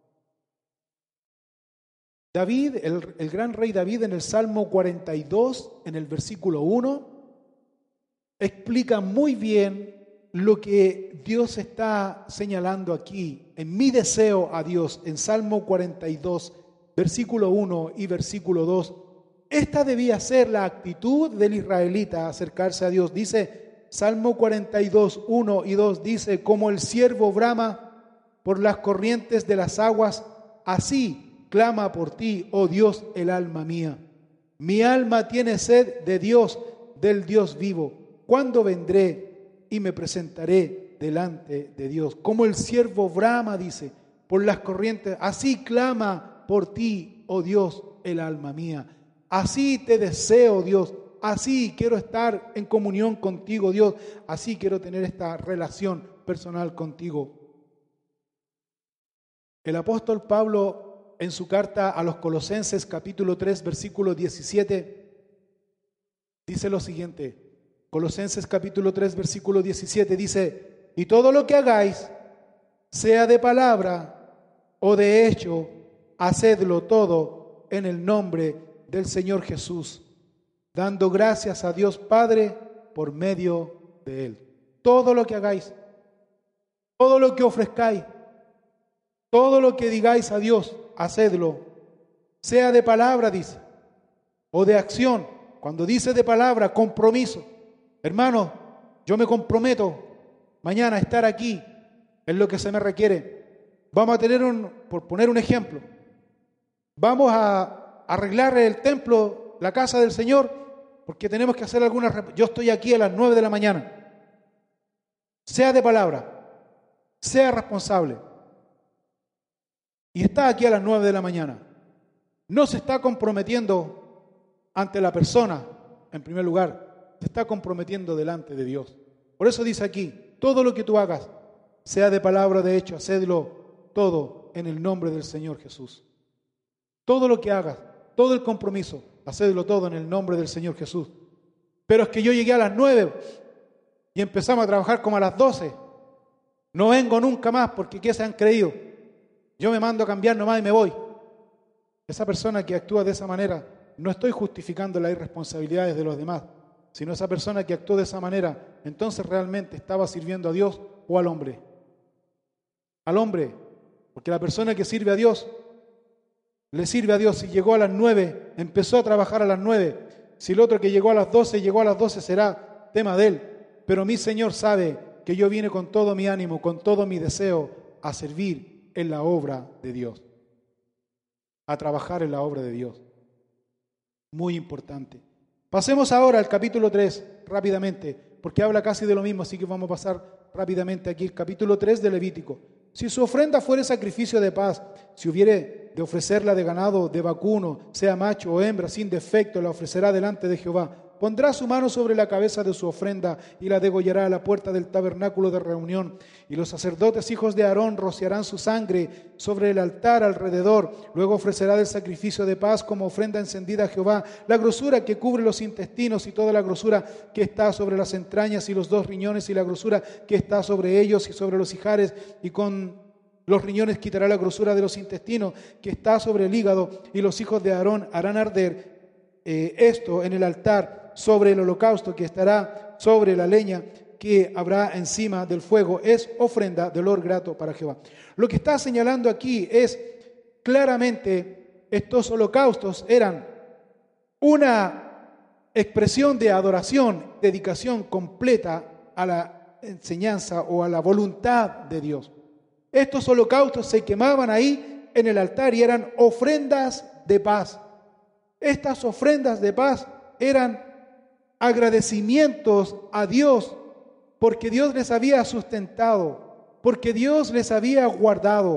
C: David, el gran rey David, en el Salmo 42, en el versículo 1, explica muy bien lo que Dios está señalando aquí. En mi deseo a Dios, en Salmo 42, versículo 1 y versículo 2, esta debía ser la actitud del israelita, acercarse a Dios. Dice Salmo 42, 1 y 2, dice, como el ciervo brama por las corrientes de las aguas, así clama por ti, oh Dios, el alma mía. Mi alma tiene sed de Dios, del Dios vivo. ¿Cuándo vendré y me presentaré delante de Dios? Como el ciervo brama, dice, por las corrientes, así clama por ti, oh Dios, el alma mía. Así te deseo, Dios. Así quiero estar en comunión contigo, Dios. Así quiero tener esta relación personal contigo. El apóstol Pablo, en su carta a los Colosenses, capítulo 3, versículo 17, dice lo siguiente. Colosenses capítulo 3, versículo 17 dice, y todo lo que hagáis, sea de palabra o de hecho, hacedlo todo en el nombre del Señor Jesús, dando gracias a Dios Padre por medio de Él. Todo lo que hagáis, todo lo que ofrezcáis, todo lo que digáis a Dios, hacedlo, sea de palabra, dice, o de acción. Cuando dice de palabra, compromiso. Hermano, yo me comprometo mañana a estar aquí, es lo que se me requiere. Vamos a tener por poner un ejemplo, vamos a arreglar el templo, la casa del Señor, porque tenemos que hacer yo estoy aquí a las 9 de la mañana. Sea de palabra, sea responsable. Y está aquí a las 9 de la mañana. No se está comprometiendo ante la persona, en primer lugar. Se está comprometiendo delante de Dios. Por eso dice aquí, todo lo que tú hagas, sea de palabra o de hecho, hacedlo todo en el nombre del Señor Jesús. Todo lo que hagas, todo el compromiso, hacedlo todo en el nombre del Señor Jesús. Pero es que yo llegué a las 9 y empezamos a trabajar como a las 12. No vengo nunca más porque ¿qué se han creído? Yo me mando a cambiar nomás y me voy. Esa persona que actúa de esa manera, no estoy justificando las irresponsabilidades de los demás, sino esa persona que actuó de esa manera, entonces realmente estaba sirviendo a Dios o al hombre. Al hombre, porque la persona que sirve a Dios, le sirve a Dios. Si llegó a las 9, empezó a trabajar a las 9. Si el otro que llegó a las 12, será tema de él. Pero mi Señor sabe que yo vine con todo mi ánimo, con todo mi deseo, a servir en la obra de Dios. A trabajar en la obra de Dios. Muy importante. Pasemos ahora al capítulo 3, rápidamente, porque habla casi de lo mismo, así que vamos a pasar rápidamente aquí. El capítulo 3 de Levítico. Si su ofrenda fuere sacrificio de paz, si hubiere de ofrecerla de ganado, de vacuno, sea macho o hembra, sin defecto, la ofrecerá delante de Jehová. Pondrá su mano sobre la cabeza de su ofrenda y la degollará a la puerta del tabernáculo de reunión. Y los sacerdotes, hijos de Aarón, rociarán su sangre sobre el altar alrededor. Luego ofrecerá del sacrificio de paz como ofrenda encendida a Jehová la grosura que cubre los intestinos y toda la grosura que está sobre las entrañas y los 2 riñones y la grosura que está sobre ellos y sobre los ijares, y con los riñones quitará la grosura de los intestinos que está sobre el hígado, y los hijos de Aarón harán arder esto en el altar sobre el holocausto que estará sobre la leña que habrá encima del fuego. Es ofrenda de olor grato para Jehová. Lo que está señalando aquí es claramente estos holocaustos eran una expresión de adoración, dedicación completa a la enseñanza o a la voluntad de Dios. Estos holocaustos se quemaban ahí en el altar y eran ofrendas de paz. Estas ofrendas de paz eran agradecimientos a Dios porque Dios les había sustentado, porque Dios les había guardado,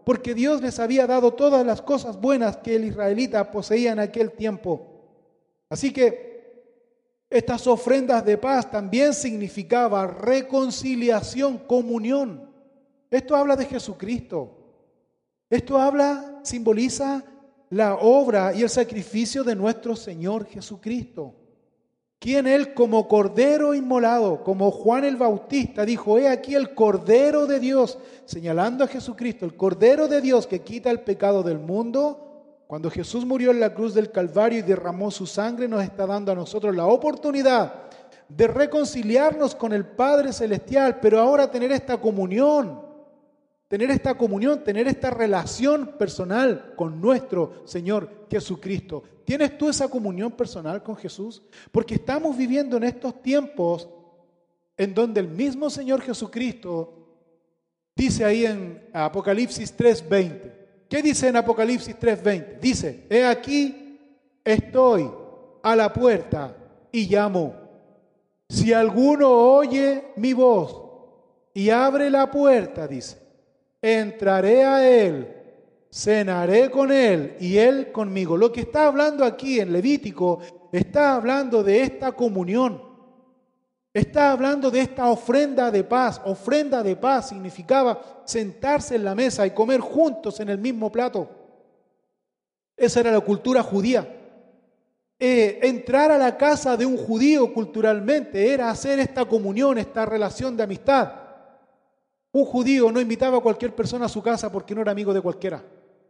C: porque Dios les había dado todas las cosas buenas que el israelita poseía en aquel tiempo. Así que estas ofrendas de paz también significaban reconciliación, comunión. Esto habla de Jesucristo. Esto simboliza la obra y el sacrificio de nuestro Señor Jesucristo, quien Él como Cordero inmolado, como Juan el Bautista dijo, he aquí el Cordero de Dios, señalando a Jesucristo, el Cordero de Dios que quita el pecado del mundo. Cuando Jesús murió en la cruz del Calvario y derramó su sangre, nos está dando a nosotros la oportunidad de reconciliarnos con el Padre Celestial, pero ahora tener esta comunión, tener esta relación personal con nuestro Señor Jesucristo. ¿Tienes tú esa comunión personal con Jesús? Porque estamos viviendo en estos tiempos en donde el mismo Señor Jesucristo dice ahí en Apocalipsis 3:20. ¿Qué dice en Apocalipsis 3:20? Dice, he aquí, estoy a la puerta y llamo. Si alguno oye mi voz y abre la puerta, dice, entraré a él, cenaré con él y él conmigo. Lo que está hablando aquí en Levítico está hablando de esta comunión. Está hablando de esta ofrenda de paz. Ofrenda de paz significaba sentarse en la mesa y comer juntos en el mismo plato. Esa era la cultura judía. Entrar a la casa de un judío culturalmente era hacer esta comunión, esta relación de amistad. Un judío no invitaba a cualquier persona a su casa porque no era amigo de cualquiera.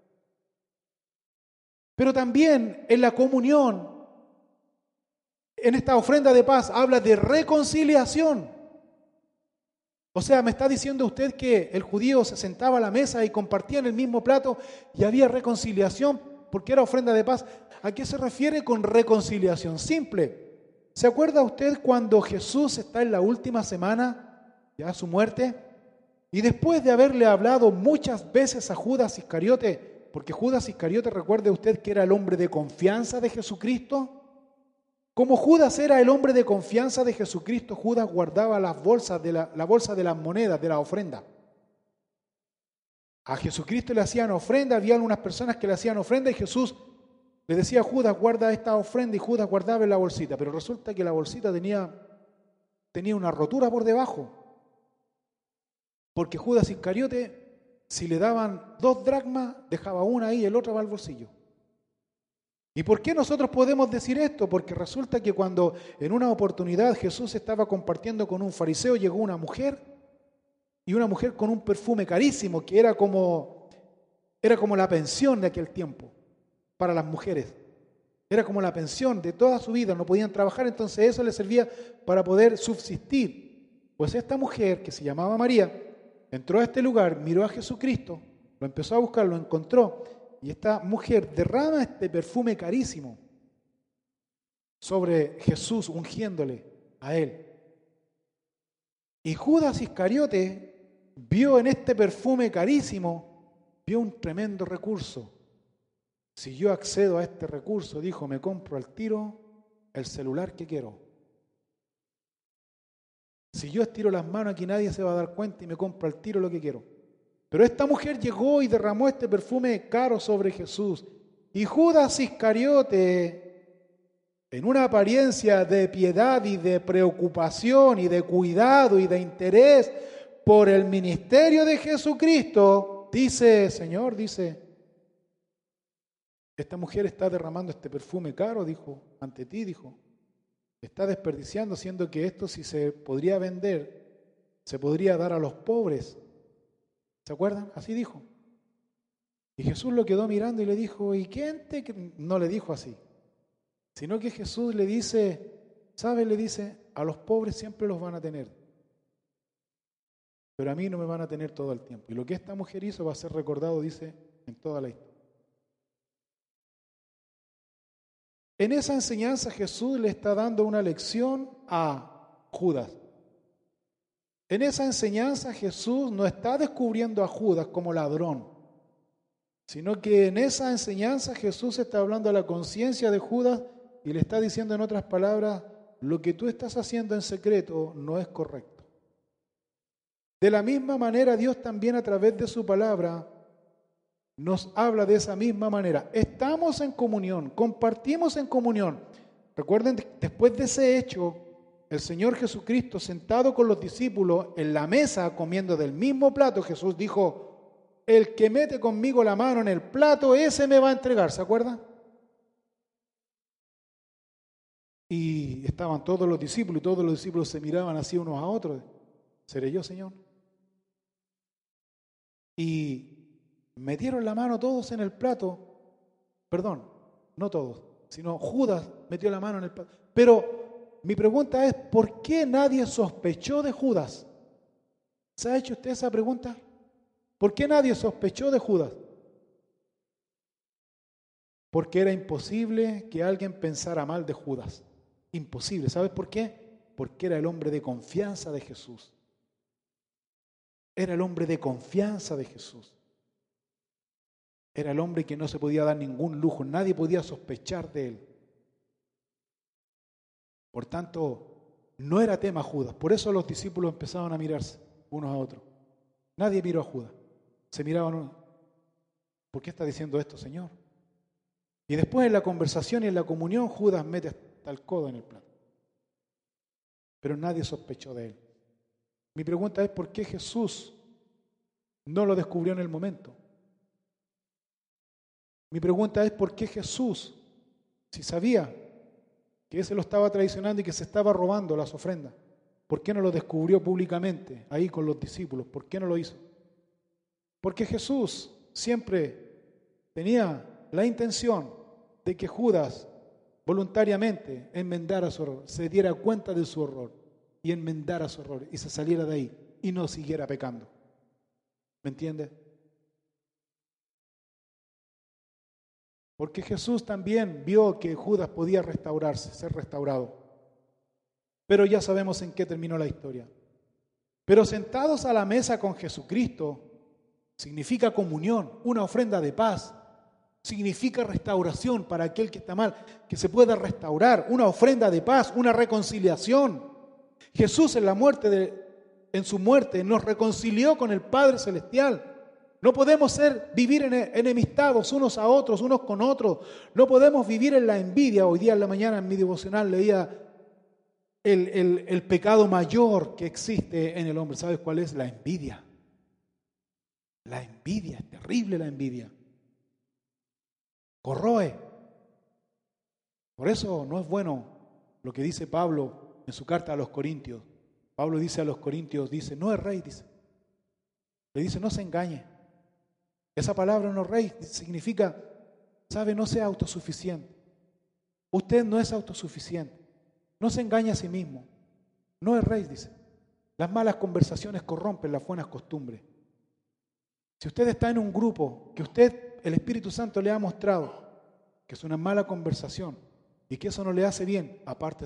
C: Pero también en la comunión, en esta ofrenda de paz, habla de reconciliación. O sea, me está diciendo usted que el judío se sentaba a la mesa y compartían el mismo plato y había reconciliación porque era ofrenda de paz. ¿A qué se refiere con reconciliación? Simple. ¿Se acuerda usted cuando Jesús está en la última semana, ya su muerte? Y después de haberle hablado muchas veces a Judas Iscariote, porque Judas Iscariote, recuerde usted que era el hombre de confianza de Jesucristo. Como Judas era el hombre de confianza de Jesucristo, Judas guardaba la bolsa de las monedas, de la ofrenda. A Jesucristo le hacían ofrenda, había algunas personas que le hacían ofrenda y Jesús le decía a Judas, guarda esta ofrenda, y Judas guardaba en la bolsita. Pero resulta que la bolsita tenía una rotura por debajo. Porque Judas Iscariote, si le daban 2 dracmas, dejaba una ahí y el otro va al bolsillo. ¿Y por qué nosotros podemos decir esto? Porque resulta que cuando en una oportunidad Jesús estaba compartiendo con un fariseo, llegó una mujer, y una mujer con un perfume carísimo, que era como la pensión de aquel tiempo para las mujeres. Era como la pensión de toda su vida, no podían trabajar, entonces eso les servía para poder subsistir. Pues esta mujer, que se llamaba María, entró a este lugar, miró a Jesucristo, lo empezó a buscar, lo encontró, y esta mujer derrama este perfume carísimo sobre Jesús, ungiéndole a él. Y Judas Iscariote vio en este perfume carísimo, vio un tremendo recurso. Si yo accedo a este recurso, dijo, me compro al tiro el celular que quiero. Si yo estiro las manos, aquí nadie se va a dar cuenta y me compro al tiro lo que quiero. Pero esta mujer llegó y derramó este perfume caro sobre Jesús. Y Judas Iscariote, en una apariencia de piedad y de preocupación y de cuidado y de interés por el ministerio de Jesucristo, dice, Señor, esta mujer está derramando este perfume caro, dijo, ante ti, dijo. Está desperdiciando, siendo que esto, si se podría vender, se podría dar a los pobres. ¿Se acuerdan? Así dijo. Y Jesús lo quedó mirando y le dijo, ¿y quién te...? No le dijo así, sino que Jesús le dice, ¿sabes? Le dice, a los pobres siempre los van a tener, pero a mí no me van a tener todo el tiempo. Y lo que esta mujer hizo va a ser recordado, dice, en toda la historia. En esa enseñanza Jesús le está dando una lección a Judas. En esa enseñanza Jesús no está descubriendo a Judas como ladrón, sino que en esa enseñanza Jesús está hablando a la conciencia de Judas y le está diciendo en otras palabras, lo que tú estás haciendo en secreto no es correcto. De la misma manera Dios también a través de su palabra nos habla de esa misma manera. Estamos en comunión, compartimos en comunión. Recuerden, después de ese hecho, el Señor Jesucristo sentado con los discípulos en la mesa comiendo del mismo plato, Jesús dijo, el que mete conmigo la mano en el plato, ese me va a entregar, ¿se acuerdan? Y estaban todos los discípulos y todos los discípulos se miraban así unos a otros. ¿Seré yo, Señor? Y metieron la mano todos en el plato. Perdón, no todos, sino Judas metió la mano en el plato. Pero mi pregunta es, ¿por qué nadie sospechó de Judas? ¿Se ha hecho usted esa pregunta? ¿Por qué nadie sospechó de Judas? Porque era imposible que alguien pensara mal de Judas. Imposible. ¿Sabes por qué? Porque era el hombre de confianza de Jesús. Era el hombre de confianza de Jesús. Era el hombre que no se podía dar ningún lujo. Nadie podía sospechar de él. Por tanto, no era tema Judas. Por eso los discípulos empezaban a mirarse unos a otros. Nadie miró a Judas. Se miraban unos. ¿Por qué está diciendo esto, Señor? Y después en la conversación y en la comunión, Judas mete hasta el codo en el plato. Pero nadie sospechó de él. Mi pregunta es, ¿por qué Jesús no lo descubrió en el momento? Mi pregunta es, ¿por qué Jesús, si sabía que ese lo estaba traicionando y que se estaba robando las ofrendas, por qué no lo descubrió públicamente ahí con los discípulos? ¿Por qué no lo hizo? Porque Jesús siempre tenía la intención de que Judas voluntariamente enmendara su error, se diera cuenta de su error y enmendara su error y se saliera de ahí y no siguiera pecando. ¿Me entiende? Porque Jesús también vio que Judas podía restaurarse, ser restaurado. Pero ya sabemos en qué terminó la historia. Pero sentados a la mesa con Jesucristo significa comunión, una ofrenda de paz. Significa restauración para aquel que está mal, que se pueda restaurar, una ofrenda de paz, una reconciliación. Jesús en su muerte nos reconcilió con el Padre Celestial. No podemos vivir enemistados unos a otros, unos con otros. No podemos vivir en la envidia. Hoy día en la mañana en mi devocional leía el pecado mayor que existe en el hombre. ¿Sabes cuál es? La envidia. La envidia, es terrible la envidia. Corroe. Por eso no es bueno lo que dice Pablo en su carta a los Corintios. Pablo dice a los Corintios, dice, no es rey, dice. Le dice, no se engañe. Esa palabra no es rey significa, sabe, no sea autosuficiente. Usted no es autosuficiente. No se engañe a sí mismo. No es rey, dice. Las malas conversaciones corrompen las buenas costumbres. Si usted está en un grupo que el Espíritu Santo le ha mostrado que es una mala conversación y que eso no le hace bien, aparte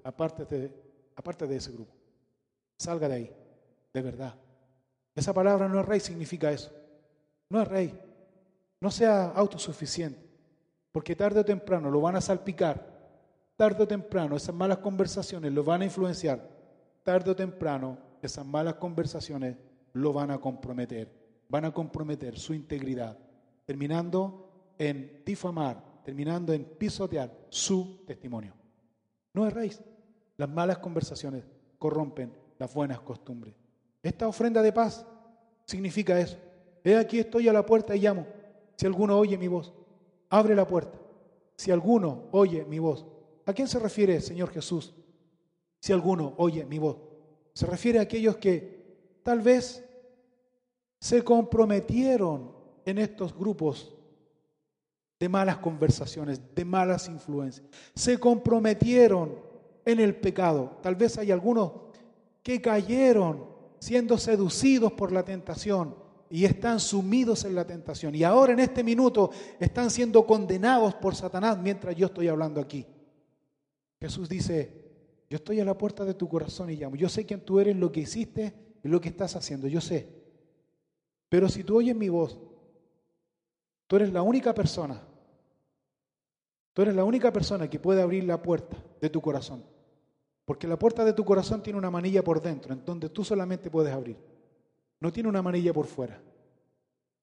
C: de ese grupo. Salga de ahí, de verdad. Esa palabra no es rey significa eso. No es rey. No sea autosuficiente, porque tarde o temprano lo van a salpicar. Tarde o temprano esas malas conversaciones lo van a influenciar. Tarde o temprano esas malas conversaciones lo van a comprometer. Van a comprometer su integridad, terminando en difamar, terminando en pisotear su testimonio. No es rey. Las malas conversaciones corrompen las buenas costumbres. Esta ofrenda de paz significa eso. He aquí estoy a la puerta y llamo. Si alguno oye mi voz, abre la puerta. Si alguno oye mi voz. ¿A quién se refiere, Señor Jesús? Si alguno oye mi voz. Se refiere a aquellos que tal vez se comprometieron en estos grupos de malas conversaciones, de malas influencias. Se comprometieron en el pecado. Tal vez hay algunos que cayeron siendo seducidos por la tentación y están sumidos en la tentación. Y ahora en este minuto están siendo condenados por Satanás mientras yo estoy hablando aquí. Jesús dice, yo estoy a la puerta de tu corazón y llamo. Yo sé quién tú eres, lo que hiciste y lo que estás haciendo. Yo sé. Pero si tú oyes mi voz, tú eres la única persona. Tú eres la única persona que puede abrir la puerta de tu corazón. Porque la puerta de tu corazón tiene una manilla por dentro, en donde tú solamente puedes abrir. No tiene una manilla por fuera.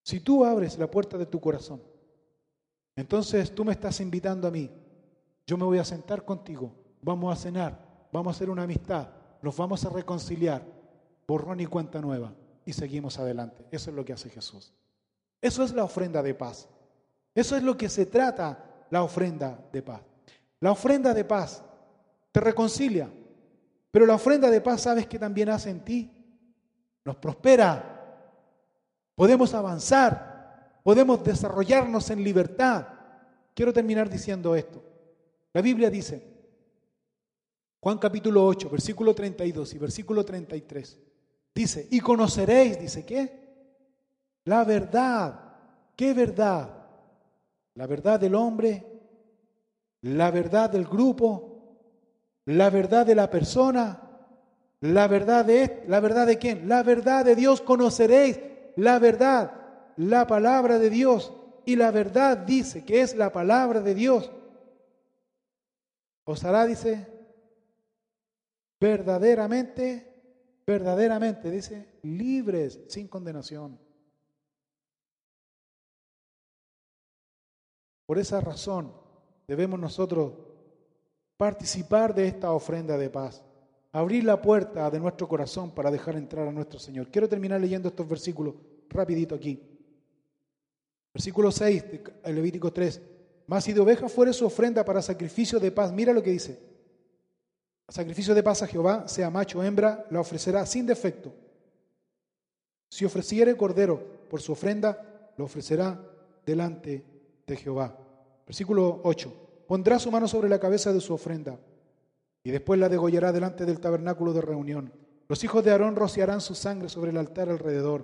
C: Si tú abres la puerta de tu corazón, entonces tú me estás invitando a mí. Yo me voy a sentar contigo, vamos a cenar, vamos a hacer una amistad, nos vamos a reconciliar, borrón y cuenta nueva, y seguimos adelante. Eso es lo que hace Jesús. Eso es la ofrenda de paz. Eso es lo que se trata, la ofrenda de paz. La ofrenda de paz te reconcilia, pero la ofrenda de paz, ¿sabes qué también hace en ti? Nos prospera, podemos avanzar, podemos desarrollarnos en libertad. Quiero terminar diciendo esto. La Biblia dice, Juan capítulo 8, versículo 32 y versículo 33, dice, y conoceréis, dice, ¿qué? La verdad. ¿Qué verdad? La verdad del hombre, la verdad del grupo, la verdad de la persona, la verdad de quién? La verdad de Dios. Conoceréis la verdad, la palabra de Dios. Y la verdad dice que es la palabra de Dios. Os hará, dice, verdaderamente, dice, libres, sin condenación. Por esa razón debemos nosotros participar de esta ofrenda de paz, abrir la puerta de nuestro corazón para dejar entrar a nuestro Señor. Quiero terminar leyendo estos versículos rapidito aquí. Versículo 6 de Levítico 3. Mas si de oveja fuere su ofrenda para sacrificio de paz, mira lo que dice. Sacrificio de paz a Jehová, sea macho o hembra, la ofrecerá sin defecto. Si ofreciere cordero por su ofrenda, lo ofrecerá delante de Jehová. Versículo 8. Pondrá su mano sobre la cabeza de su ofrenda y después la degollará delante del tabernáculo de reunión. Los hijos de Aarón rociarán su sangre sobre el altar alrededor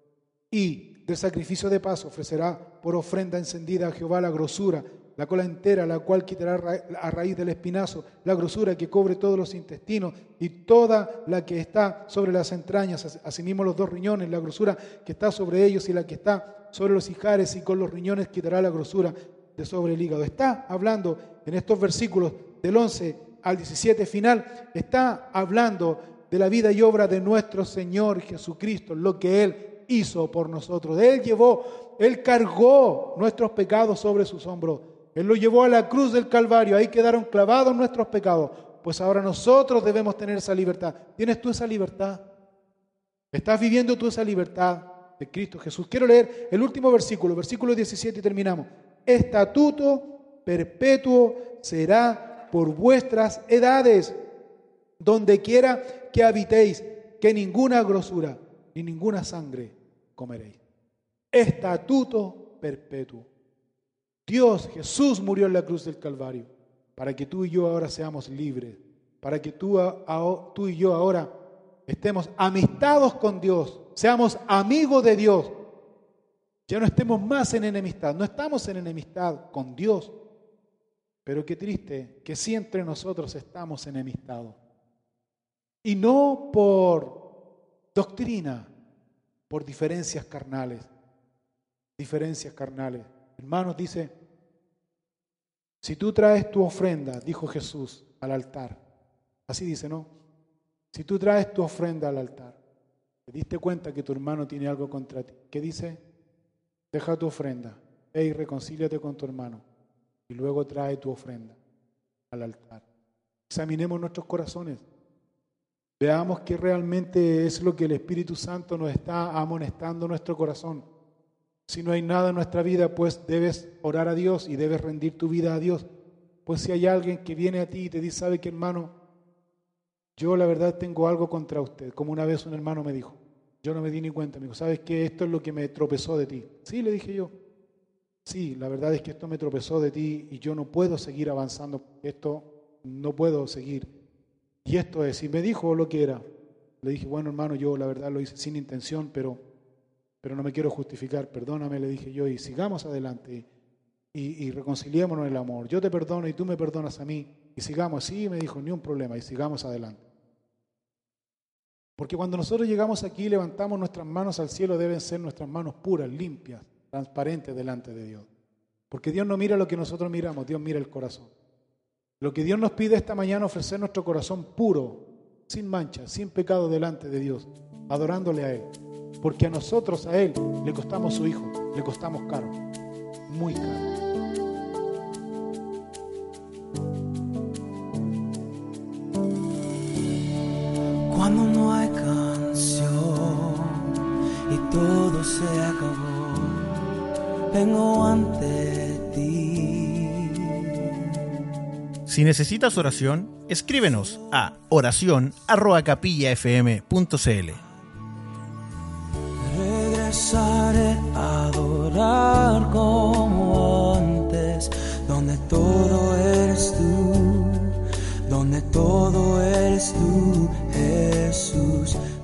C: y del sacrificio de paz ofrecerá por ofrenda encendida a Jehová la grosura, la cola entera, la cual quitará a raíz del espinazo, la grosura que cubre todos los intestinos y toda la que está sobre las entrañas, asimismo los dos riñones, la grosura que está sobre ellos y la que está sobre los ijares, y con los riñones quitará la grosura de sobre el hígado. Está hablando en estos versículos del 11 al 17 final, está hablando de la vida y obra de nuestro Señor Jesucristo, lo que Él hizo por nosotros. Él cargó nuestros pecados sobre sus hombros. Él lo llevó a la cruz del Calvario. Ahí quedaron clavados nuestros pecados. Pues ahora nosotros debemos tener esa libertad. ¿Tienes tú esa libertad? ¿Estás viviendo tú esa libertad de Cristo Jesús? Quiero leer el último versículo, versículo 17 y terminamos. Estatuto perpetuo será por vuestras edades, donde quiera que habitéis, que ninguna grosura ni ninguna sangre comeréis. Estatuto perpetuo. Dios, Jesús murió en la cruz del Calvario para que tú y yo ahora seamos libres, para que tú y yo ahora estemos amistados con Dios, seamos amigos de Dios, ya no estemos más en enemistad. No estamos en enemistad con Dios, pero qué triste que sí entre nosotros estamos enemistados. Y no por doctrina, por diferencias carnales. Diferencias carnales. Hermanos, dice, si tú traes tu ofrenda, dijo Jesús, al altar. Así dice, ¿no? Si tú traes tu ofrenda al altar, te diste cuenta que tu hermano tiene algo contra ti. ¿Qué dice? Deja tu ofrenda, y reconcíliate con tu hermano. Y luego trae tu ofrenda al altar. Examinemos nuestros corazones. Veamos qué realmente es lo que el Espíritu Santo nos está amonestando en nuestro corazón. Si no hay nada en nuestra vida, pues debes orar a Dios y debes rendir tu vida a Dios. Pues si hay alguien que viene a ti y te dice, ¿sabe qué, hermano? Yo la verdad tengo algo contra usted. Como una vez un hermano me dijo, yo no me di ni cuenta, me dijo, ¿sabes qué? Esto es lo que me tropezó de ti. Sí, le dije yo. Sí, la verdad es que esto me tropezó de ti y yo no puedo seguir avanzando. Esto no puedo seguir. Y esto es, y me dijo lo que era. Le dije, bueno, hermano, yo la verdad lo hice sin intención, pero no me quiero justificar. Perdóname, le dije yo, y sigamos adelante y reconciliémonos en el amor. Yo te perdono y tú me perdonas a mí y sigamos. Sí, me dijo, ni un problema, y sigamos adelante. Porque cuando nosotros llegamos aquí y levantamos nuestras manos al cielo, deben ser nuestras manos puras, limpias, transparentes delante de Dios. Porque Dios no mira lo que nosotros miramos, Dios mira el corazón. Lo que Dios nos pide esta mañana es ofrecer nuestro corazón puro, sin mancha, sin pecado delante de Dios, adorándole a Él. porque a nosotros, a Él, le costamos su Hijo, le costamos caro, muy caro.
A: Cuando no hay canción y todo se acabó, vengo ante ti.
B: Si necesitas oración, escríbenos a oracion@capillafm.cl.
A: Regresaré a adorar como antes, donde todo eres tú, donde todo eres tú, Jesús.